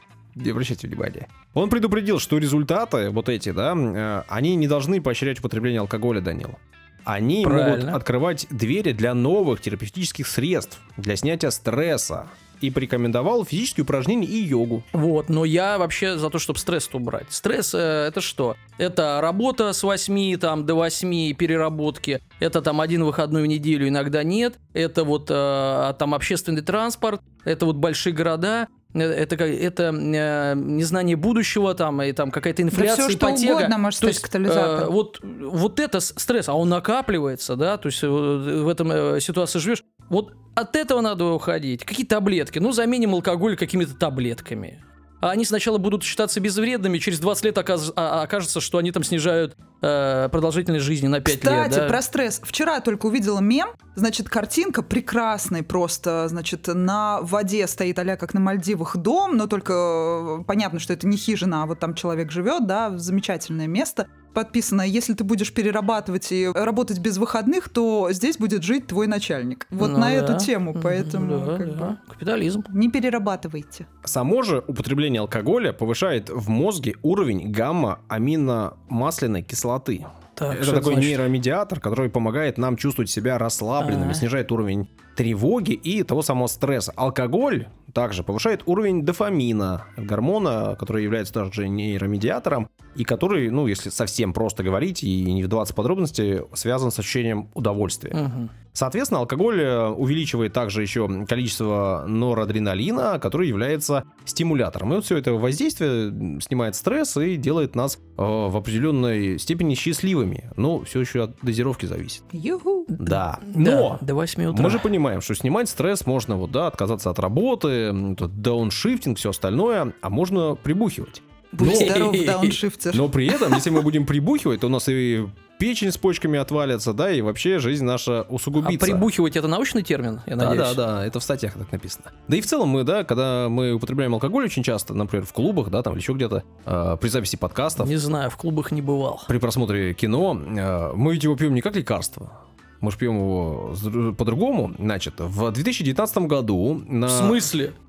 Не обращайте внимания. Он предупредил, что результаты вот эти, да, они не должны поощрять употребление алкоголя, Данил. Они Правильно. могут открывать двери для новых терапевтических средств, для снятия стресса. И порекомендовал физические упражнения и йогу. Вот, но я вообще за то, чтобы стресс убрать. Стресс э, это что? Это работа с восьми там, до восьми, переработки. Это там один выходной в неделю, иногда нет. Это вот э, там общественный транспорт. Это вот большие города. Это, это э, незнание будущего, там, и там какая-то инфляция, да все, ипотека. Что угодно может стать катализатором. Э, вот, вот это стресс, а он накапливается, да, то есть в этом э, ситуации живешь. Вот от этого надо уходить. Какие таблетки? Ну, заменим алкоголь какими-то таблетками. А они сначала будут считаться безвредными, через двадцать лет оказ... а, окажется, что они там снижают э, продолжительность жизни на пять Кстати, лет. Кстати, да? Про стресс. Вчера только увидела мем, значит, картинка прекрасная просто, значит, на воде стоит а-ля как на Мальдивах дом, но только понятно, что это не хижина, а вот там человек живет, да, замечательное место. Подписано: если ты будешь перерабатывать и работать без выходных, то здесь будет жить твой начальник. Вот ну, на да. эту тему, поэтому да, как да. бы Капитализм. Не перерабатывайте. Само же употребление алкоголя повышает в мозге уровень гамма-аминомасляной кислоты. Так, это такой значит? нейромедиатор, который помогает нам чувствовать себя расслабленными, А-а-а. снижает уровень тревоги и того самого стресса. Алкоголь также повышает уровень дофамина, гормона, который является также нейромедиатором, и который, ну, если совсем просто говорить и не вдаваться в подробности, связан с ощущением удовольствия. Угу. Соответственно, алкоголь увеличивает также еще количество норадреналина, который является стимулятором. И вот все это воздействие снимает стресс и делает нас э, в определенной степени счастливыми. Но все еще от дозировки зависит. Ю-ху. Да. Но да, до восьми утра. Мы же понимаем, что снимать стресс можно вот, да, отказаться от работы, дауншифтинг, все остальное, а можно прибухивать. Будь здоров, дауншифтер. Но при этом, если мы будем прибухивать, то у нас и печень с почками отвалится, да, и вообще жизнь наша усугубится. А прибухивать — это научный термин, я да, надеюсь? Да, да, это в статьях так написано. Да и в целом мы, да, когда мы употребляем алкоголь очень часто, например, в клубах, да, там или еще где-то, э, при записи подкастов. Не знаю, в клубах не бывал. При просмотре кино, э, мы ведь его пьем не как лекарство. Мы же пьем его по-другому. Значит, в две тысячи девятнадцатом году... На... В смысле?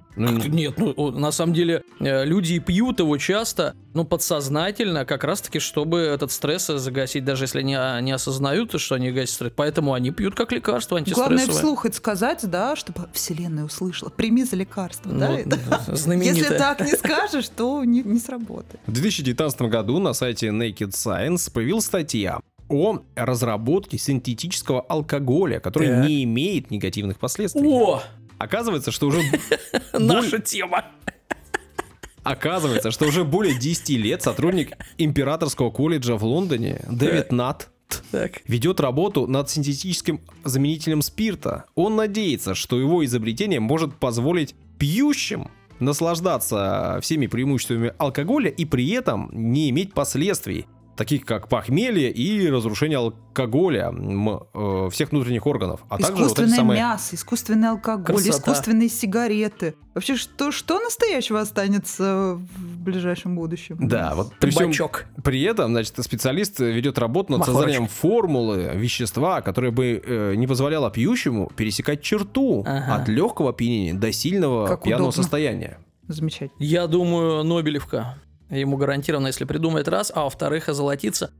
Ну, Нет, ну о, на самом деле э, люди и пьют его часто, ну подсознательно, как раз-таки, чтобы этот стресс загасить, даже если они а, не осознают, что они гасят стресс. Поэтому они пьют как лекарство антистрессовое. Главное вслух это сказать, да, чтобы Вселенная услышала. Прими за лекарство, да? Ну, это? знаменитое. Если так не скажешь, то не, не сработает. В две тысячи девятнадцатом году на сайте Naked Science появилась статья о разработке синтетического алкоголя, который Так. не имеет негативных последствий. О, Оказывается, что уже наша тема. Оказывается, что уже более десяти лет сотрудник Императорского колледжа в Лондоне Дэвид Натт Так. ведет работу над синтетическим заменителем спирта. Он надеется, что его изобретение может позволить пьющим наслаждаться всеми преимуществами алкоголя и при этом не иметь последствий, таких как похмелье и разрушение алкоголя м, э, всех внутренних органов. А также вот эти Искусственное самые... мясо, искусственный алкоголь, Красота. искусственные сигареты. Вообще, что, что настоящего останется в ближайшем будущем? Да, вот при всем Табачок. при этом, значит, специалист ведет работу над Махорочка. созданием формулы вещества, которое бы э, не позволяло пьющему пересекать черту Ага. от легкого опьянения до сильного Как пьяного удобно. состояния. Замечательно. Я думаю, Нобелевка. Ему гарантированно, если придумает раз, а во-вторых, озолотится.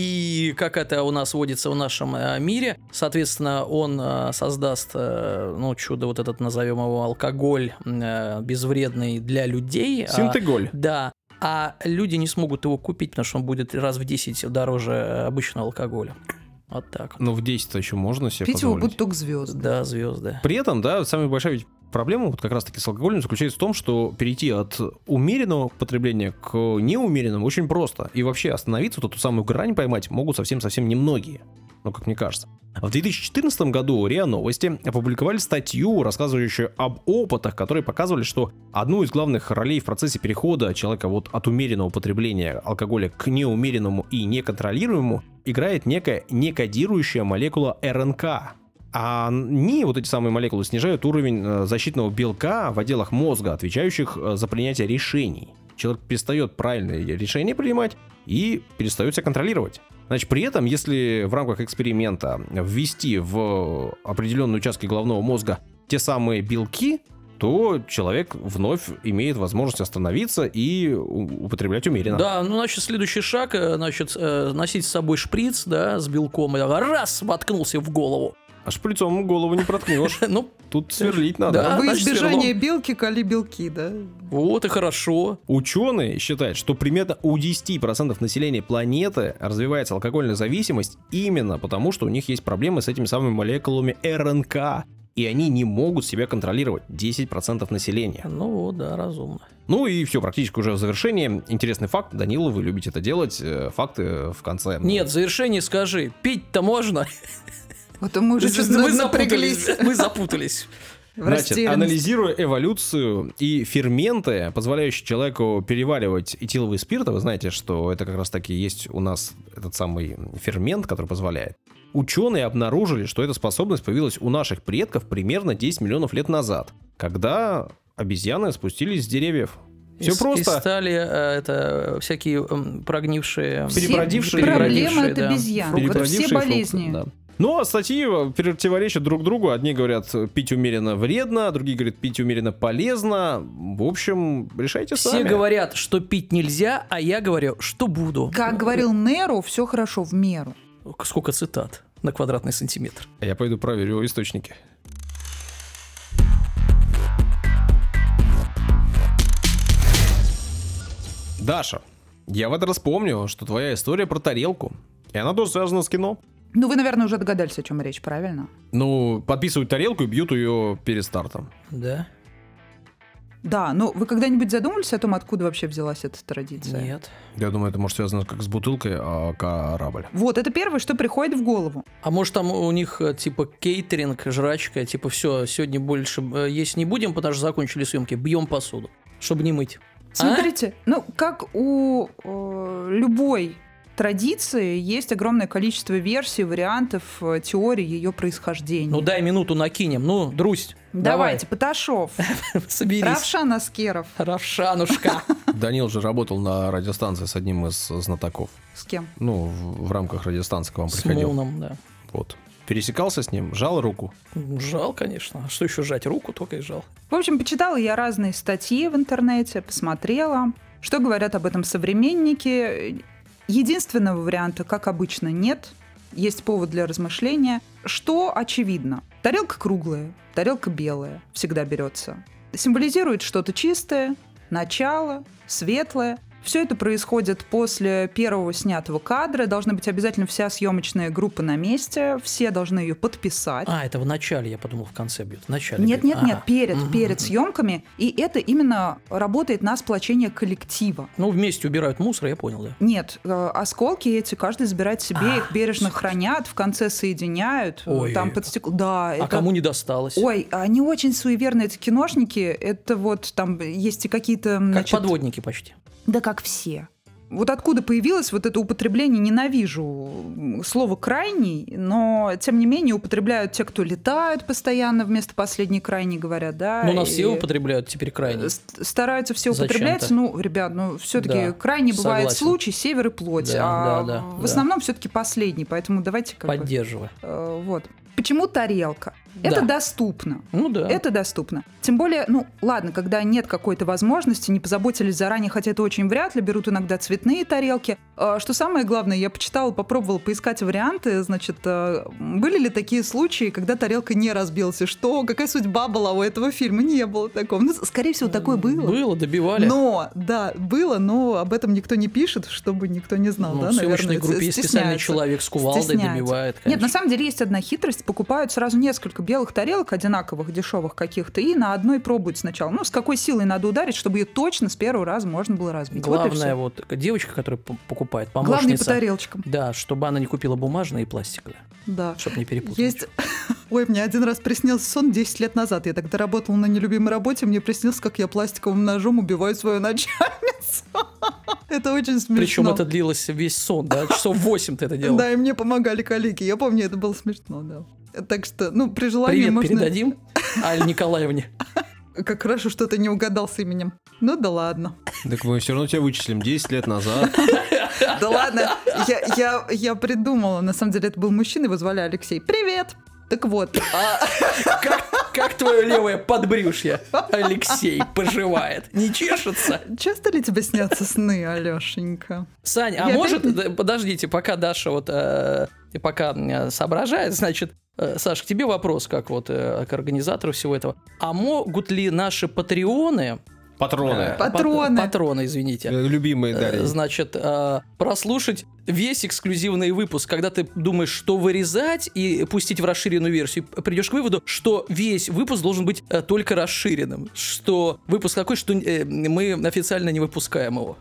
И как это у нас водится в нашем э, мире, соответственно, он э, создаст, э, ну, чудо, вот этот, назовем его, алкоголь э, безвредный для людей. а- Синтеголь. Да. А люди не смогут его купить, потому что он будет раз в десять дороже обычного алкоголя. Вот так вот. Но в десять еще можно себе Пить его позволить. будут только звезды. Да, звезды. При этом, да, самая большая ведь проблема вот как раз-таки с алкоголем заключается в том, что перейти от умеренного потребления к неумеренному очень просто. И вообще остановиться, вот эту самую грань поймать могут совсем-совсем немногие. Ну, как мне кажется. В две тысячи четырнадцатом году РИА Новости опубликовали статью, рассказывающую об опытах, которые показывали, что одну из главных ролей в процессе перехода человека вот от умеренного потребления алкоголя к неумеренному и неконтролируемому играет некая некодирующая молекула РНК. А они, вот эти самые молекулы, снижают уровень э, защитного белка в отделах мозга, отвечающих э, за принятие решений. Человек перестает правильные решения принимать и перестает себя контролировать. Значит, при этом, если в рамках эксперимента ввести в определенные участки головного мозга те самые белки, то человек вновь имеет возможность остановиться и у- употреблять умеренно. Да, ну, значит, следующий шаг, э, значит, э, носить с собой шприц, да, с белком, и раз, воткнулся в голову. А шприцом голову не проткнешь. Ну, Тут сверлить надо. Да. Во значит, избежание сверлом. белки, кали белки, да? вот и хорошо. Ученые считают, что примерно у десяти процентов населения планеты развивается алкогольная зависимость именно потому, что у них есть проблемы с этими самыми молекулами РНК, и они не могут себя контролировать. десять процентов населения. Ну вот, да, разумно. Ну и все, практически уже в завершении. Интересный факт. Данила, вы любите это делать. э, Факты в конце. Нет, в завершении скажи, пить-то можно? Вот мы уже чуть Мы напряглись запутались. Мы запутались. в Значит, растерянности. анализируя эволюцию и ферменты, позволяющие человеку переваривать этиловый спирт, а вы знаете, что это как раз таки есть у нас этот самый фермент, который позволяет. Ученые обнаружили, что эта способность появилась у наших предков примерно десять миллионов лет назад, когда обезьяны спустились с деревьев. Все И с- просто. И стали э, это всякие м, прогнившие... Все перебродившие- проблемы перебродившие, от да, обезьян. Вот Перебродившие все фрукты, болезни. да. Ну, а статьи противоречат друг другу. Одни говорят, пить умеренно вредно, другие говорят, пить умеренно полезно. В общем, решайте Все сами. говорят, что пить нельзя, а я говорю, что буду. Как говорил Неру, все хорошо в меру. Сколько цитат на квадратный сантиметр. Я пойду проверю источники. Даша, я в этот раз помню, что твоя история про тарелку. И она тоже связана с кино. Ну, вы, наверное, уже догадались, о чем речь, правильно? Ну, подписывают тарелку и бьют ее перед стартом. Да? Да, но вы когда-нибудь задумывались о том, откуда вообще взялась эта традиция? Нет. Я думаю, это может связано как с бутылкой, а корабль. Вот, это первое, что приходит в голову. А может там у них э, типа кейтеринг, жрачка, типа все, сегодня больше э, есть не будем, потому что закончили съемки, бьем посуду, чтобы не мыть. А? Смотрите, ну, как у э, любой традиции есть огромное количество версий, вариантов, э, теорий ее происхождения. Ну дай минуту накинем, ну, Друсть, Давайте, Поташов, давай, соберись. Равшан Аскеров. Равшанушка. Данил же работал на радиостанции с одним из знатоков. С кем? Ну, в, в рамках радиостанции к вам С приходил. Муном, да. Вот. пересекался с ним, жал руку? Жал, конечно. А что еще жать? Руку только и жал. В общем, почитала я разные статьи в интернете, посмотрела, что говорят об этом современники. Единственного варианта, как обычно, нет. Есть повод для размышления. Что очевидно? Тарелка круглая, тарелка белая всегда берется. Символизирует что-то чистое, начало, светлое. Все это происходит после первого снятого кадра. Должна быть обязательно вся съемочная группа на месте. Все должны ее подписать. А, это в начале, я подумал, в конце бьют. В начале Нет, бьют. нет, нет, А. перед, Мгм. перед съемками. И это именно работает на сплочение коллектива. Ну, вместе убирают мусор, я понял, да. Нет, э, осколки эти каждый забирает себе, А, их бережно всё. хранят, в конце соединяют, Ой. там под стекло. Да, А это... кому не досталось? Ой, они очень суеверные, эти киношники. Это вот там есть и какие-то... Как значит, подводники почти. Да как все. Вот откуда появилось вот это употребление, ненавижу слово «крайний», но, тем не менее, употребляют те, кто летают постоянно, вместо «последний крайний» говорят, да. Ну, у нас и все употребляют теперь крайне. ст- Стараются все употреблять. Зачем-то. Ну, ребят, ну, все-таки Да, крайний бывает согласен. случай, север и плоть. Да, а да, да, в да. основном все-таки последний, поэтому давайте как бы... Поддерживаю. э, вот. Почему тарелка? Это Да. доступно. Ну да. Это доступно. Тем более, ну, ладно, когда нет какой-то возможности, не позаботились заранее, хотя это очень вряд ли, берут иногда цветные тарелки. А, Что самое главное, я почитала, попробовала поискать варианты, значит, а, были ли такие случаи, когда тарелка не разбилась? И что? Какая судьба была у этого фильма? Не было такого. Ну, скорее всего, такое было. Было, добивали. Но, да, было, но об этом никто не пишет, чтобы никто не знал, Ну, да, в съемочной наверное, группе есть специальный стесняются. человек с кувалдой Стесняются. добивает, Нет, конечно. на самом деле есть одна хитрость. Покупают сразу несколько белых тарелок, одинаковых, дешевых каких-то, и на одной пробуют сначала. Ну, с какой силой надо ударить, чтобы ее точно с первого раза можно было разбить. Вот и Главное, всё. вот, девочка, которая п- покупает, Главное по помощница. тарелочкам. Да, чтобы она не купила бумажные и пластиковые, Да. чтобы не перепутать. Есть... Ой, мне один раз приснился сон десять лет назад. Я тогда работала на нелюбимой работе, мне приснилось, как я пластиковым ножом убиваю свою начальницу. Это очень смешно. Причем это длилось весь сон, да? Часов восемь ты это делал. Да, и мне помогали коллеги. Я помню, это было смешно, да. Так что, ну, при желании Привет можно... передадим Алле Николаевне. Как хорошо, что ты не угадал с именем. Ну да ладно. Так мы все равно тебя вычислим десять лет назад. Да ладно, я, я, я придумала. На самом деле это был мужчина, его звали Алексей. Привет! Так вот, а, Как, как твое левое подбрюшье, Алексей, поживает? Не чешется? часто ли тебе снятся сны, Алешенька? Сань, а Я может, опять да, подождите, пока Даша вот э, пока э, соображает, значит, э, Саш, к тебе вопрос, как вот э, к организатору всего этого. А могут ли наши патреоны, Патроны. э, Патроны. пат- патроны, извините, Э, Любимые э, Дарья. значит, э, прослушать весь эксклюзивный выпуск, когда ты думаешь, что вырезать и пустить в расширенную версию, придешь к выводу, что весь выпуск должен быть э, только расширенным, что выпуск такой, что э, мы официально не выпускаем его.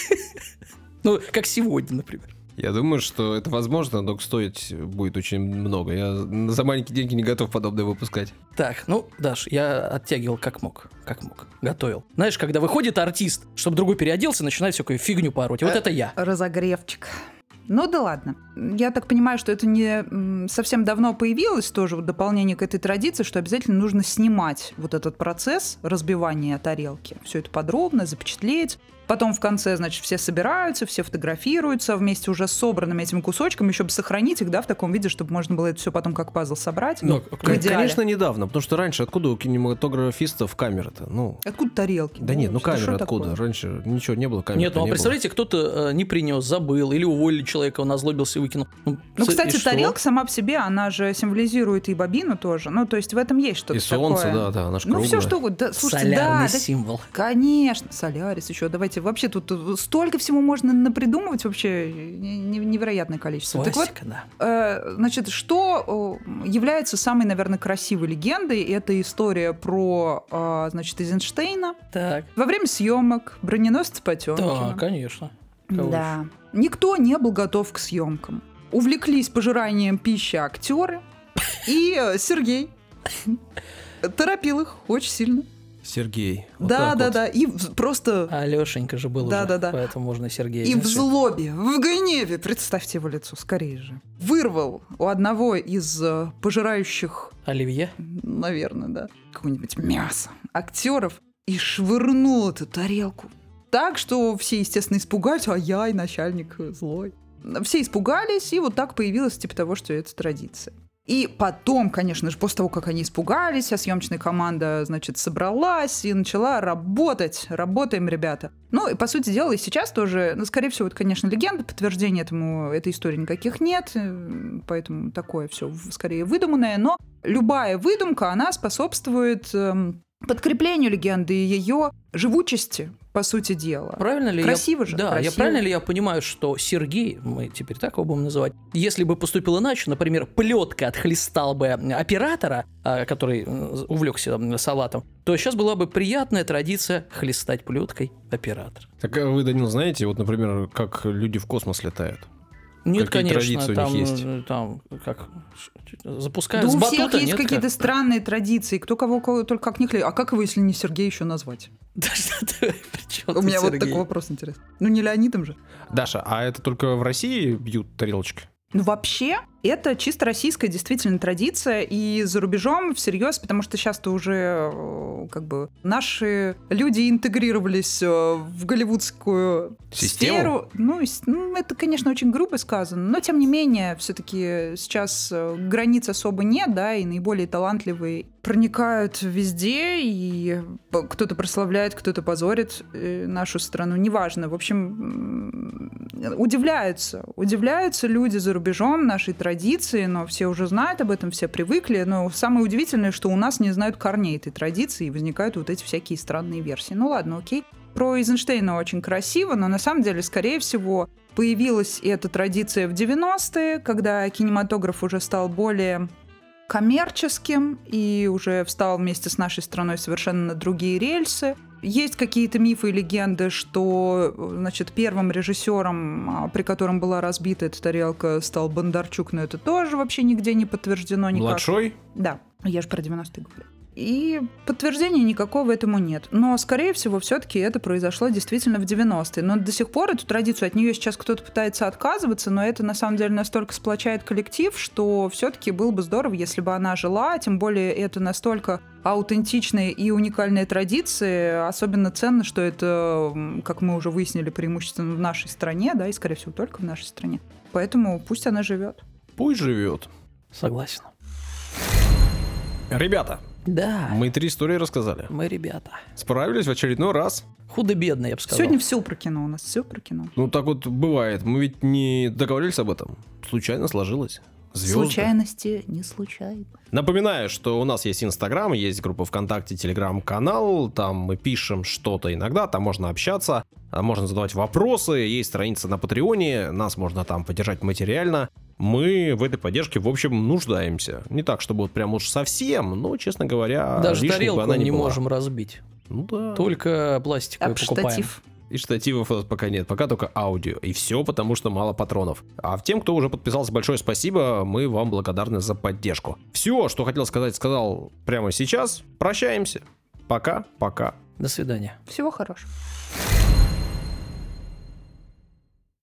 Ну, как сегодня, например. Я думаю, что это возможно, но стоить будет очень много. Я за маленькие деньги не готов подобное выпускать. Так, ну, Даш, я оттягивал как мог, как мог, готовил. Знаешь, когда выходит артист, чтобы другой переоделся, начинает всякую фигню пороть. И вот это я. Разогревчик. Ну да ладно. Я так понимаю, что это не м, совсем давно появилось тоже вот дополнение к этой традиции, что обязательно нужно снимать вот этот процесс разбивания тарелки. Все это подробно запечатлеть. Потом в конце, значит, все собираются, все фотографируются вместе уже с собранными этими кусочками, еще бы сохранить их, да, в таком виде, чтобы можно было это все потом как пазл собрать. Ну, в К- идеале. Конечно, недавно, потому что раньше откуда у кинематографистов камеры-то? Ну, Откуда тарелки? да нет, ну что камеры откуда? такое? Раньше ничего не было, камер Нет, ну а представляете, кто-то э, не принес, забыл, или уволили человека, он озлобился и выкинул. Ну, Ну, ц- кстати, и что? тарелка сама по себе, она же символизирует и бобину тоже. Ну, то есть в этом есть что-то И солнце, такое. да, да, она ж Ну, все круглая. что угодно. Да, слушайте, Солярный да, да, символ. конечно, Солярис еще. Давайте, вообще тут э, столько всего можно напридумывать, вообще не- не- невероятное количество. Так вот, Свастика, да. э, значит, что э, является самой, наверное, красивой легендой? Это история про, э, значит, Эйзенштейна. Так, Во время съемок броненосца Потемкина. да, конечно. Кого Да. Никто не был готов к съемкам. Увлеклись пожиранием пищи актеры. И э, Сергей торопил их очень сильно. Сергей. Вот Да, так да, вот. да. И в- просто Алешенька же был Да, уже, да, да. поэтому можно Сергея. и в знаешь, злобе, в гневе, представьте его лицо, скорее же, вырвал у одного из э, пожирающих, Оливье. наверное, да, какое-нибудь мясо актеров и швырнул эту тарелку. Так, что все, естественно, испугались, а я и начальник злой. Все испугались, и вот так появилось типа того, что это традиция. И потом, конечно же, после того, как они испугались, а съемочная команда, значит, собралась и начала работать. Работаем, ребята. Ну, и, по сути дела, и сейчас тоже, ну, скорее всего, это, конечно, легенда, подтверждения этому, этой истории никаких нет, поэтому такое все скорее выдуманное, но любая выдумка, она способствует эм, подкреплению легенды и ее живучести, по сути дела. Правильно ли Красиво я... же. Да, красиво. я правильно ли я понимаю, что Сергей, мы теперь так его будем называть, если бы поступил иначе, например, плеткой отхлестал бы оператора, который увлекся салатом, то сейчас была бы приятная традиция хлестать плеткой оператора. Так вы, Данил, знаете, вот, например, как люди в космос летают? Нет, Какие конечно, традиции у там, них есть? там как запускают Да с у батута, всех есть нет, какие-то как? странные традиции, кто кого, кого только как не клеит. А как его, если не Сергей, еще назвать? Да что ты, при чём У тут меня вот Сергей? такой вопрос интересный. Ну не Леонидом же. Даша, а это только в России бьют тарелочки? Ну, вообще, это чисто российская действительно традиция, и за рубежом всерьез, потому что сейчас-то уже э, как бы наши люди интегрировались э, в голливудскую Систему? сферу. Ну, и с- ну, это, конечно, очень грубо сказано, но тем не менее, все-таки сейчас э, границ особо нет, да, и наиболее талантливые проникают везде, и п- кто-то прославляет, кто-то позорит э, нашу страну, неважно. В общем, м, удивляются, удивляются люди за рубежом нашей традиции, но все уже знают об этом, все привыкли. Но самое удивительное, что у нас не знают корней этой традиции, и возникают вот эти всякие странные версии. Ну ладно, окей. Про Эйзенштейна очень красиво, но на самом деле, скорее всего, появилась эта традиция в девяностые, когда кинематограф уже стал более коммерческим и уже встал вместе с нашей страной совершенно на другие рельсы. Есть какие-то мифы и легенды, что, значит, первым режиссером, при котором была разбита эта тарелка, стал Бондарчук, но это тоже вообще нигде не подтверждено никак. Младшой? Да, я же про девяностые говорю. И подтверждения никакого этому нет. Но, скорее всего, все-таки это произошло действительно в девяностые. Но до сих пор эту традицию, от нее сейчас кто-то пытается отказываться, но это на самом деле настолько сплочает коллектив, что все-таки было бы здорово, если бы она жила. Тем более это настолько аутентичные и уникальные традиции. Особенно ценно, что это, как мы уже выяснили, преимущественно в нашей стране, да, и, скорее всего, только в нашей стране. Поэтому пусть она живет. Пусть живет. Согласен. Ребята, Да, мы три истории рассказали. мы ребята. Справились в очередной раз. Худо-бедно, я бы сказал. Сегодня все про кино у нас, все про кино. Ну, так вот бывает. Мы ведь не договорились об этом. Случайно сложилось. Звезды. Случайности не случайно. Напоминаю, что у нас есть Инстаграм, есть группа ВКонтакте, Телеграм-канал. Там мы пишем что-то иногда, там можно общаться, можно задавать вопросы. Есть страница на Патреоне, нас можно там поддержать материально. Мы в этой поддержке, в общем, нуждаемся. Не так, чтобы вот прям уж совсем, но, честно говоря, Даже лишней бы тарелку она не была. можем разбить. Ну да. Только пластиковую Об покупаем. штатив. И штативов у нас пока нет, пока только аудио. И все потому, что мало патронов. А тем, кто уже подписался, большое спасибо. Мы вам благодарны за поддержку. Все, что хотел сказать, сказал прямо сейчас. Прощаемся. Пока, пока. До свидания. Всего хорошего.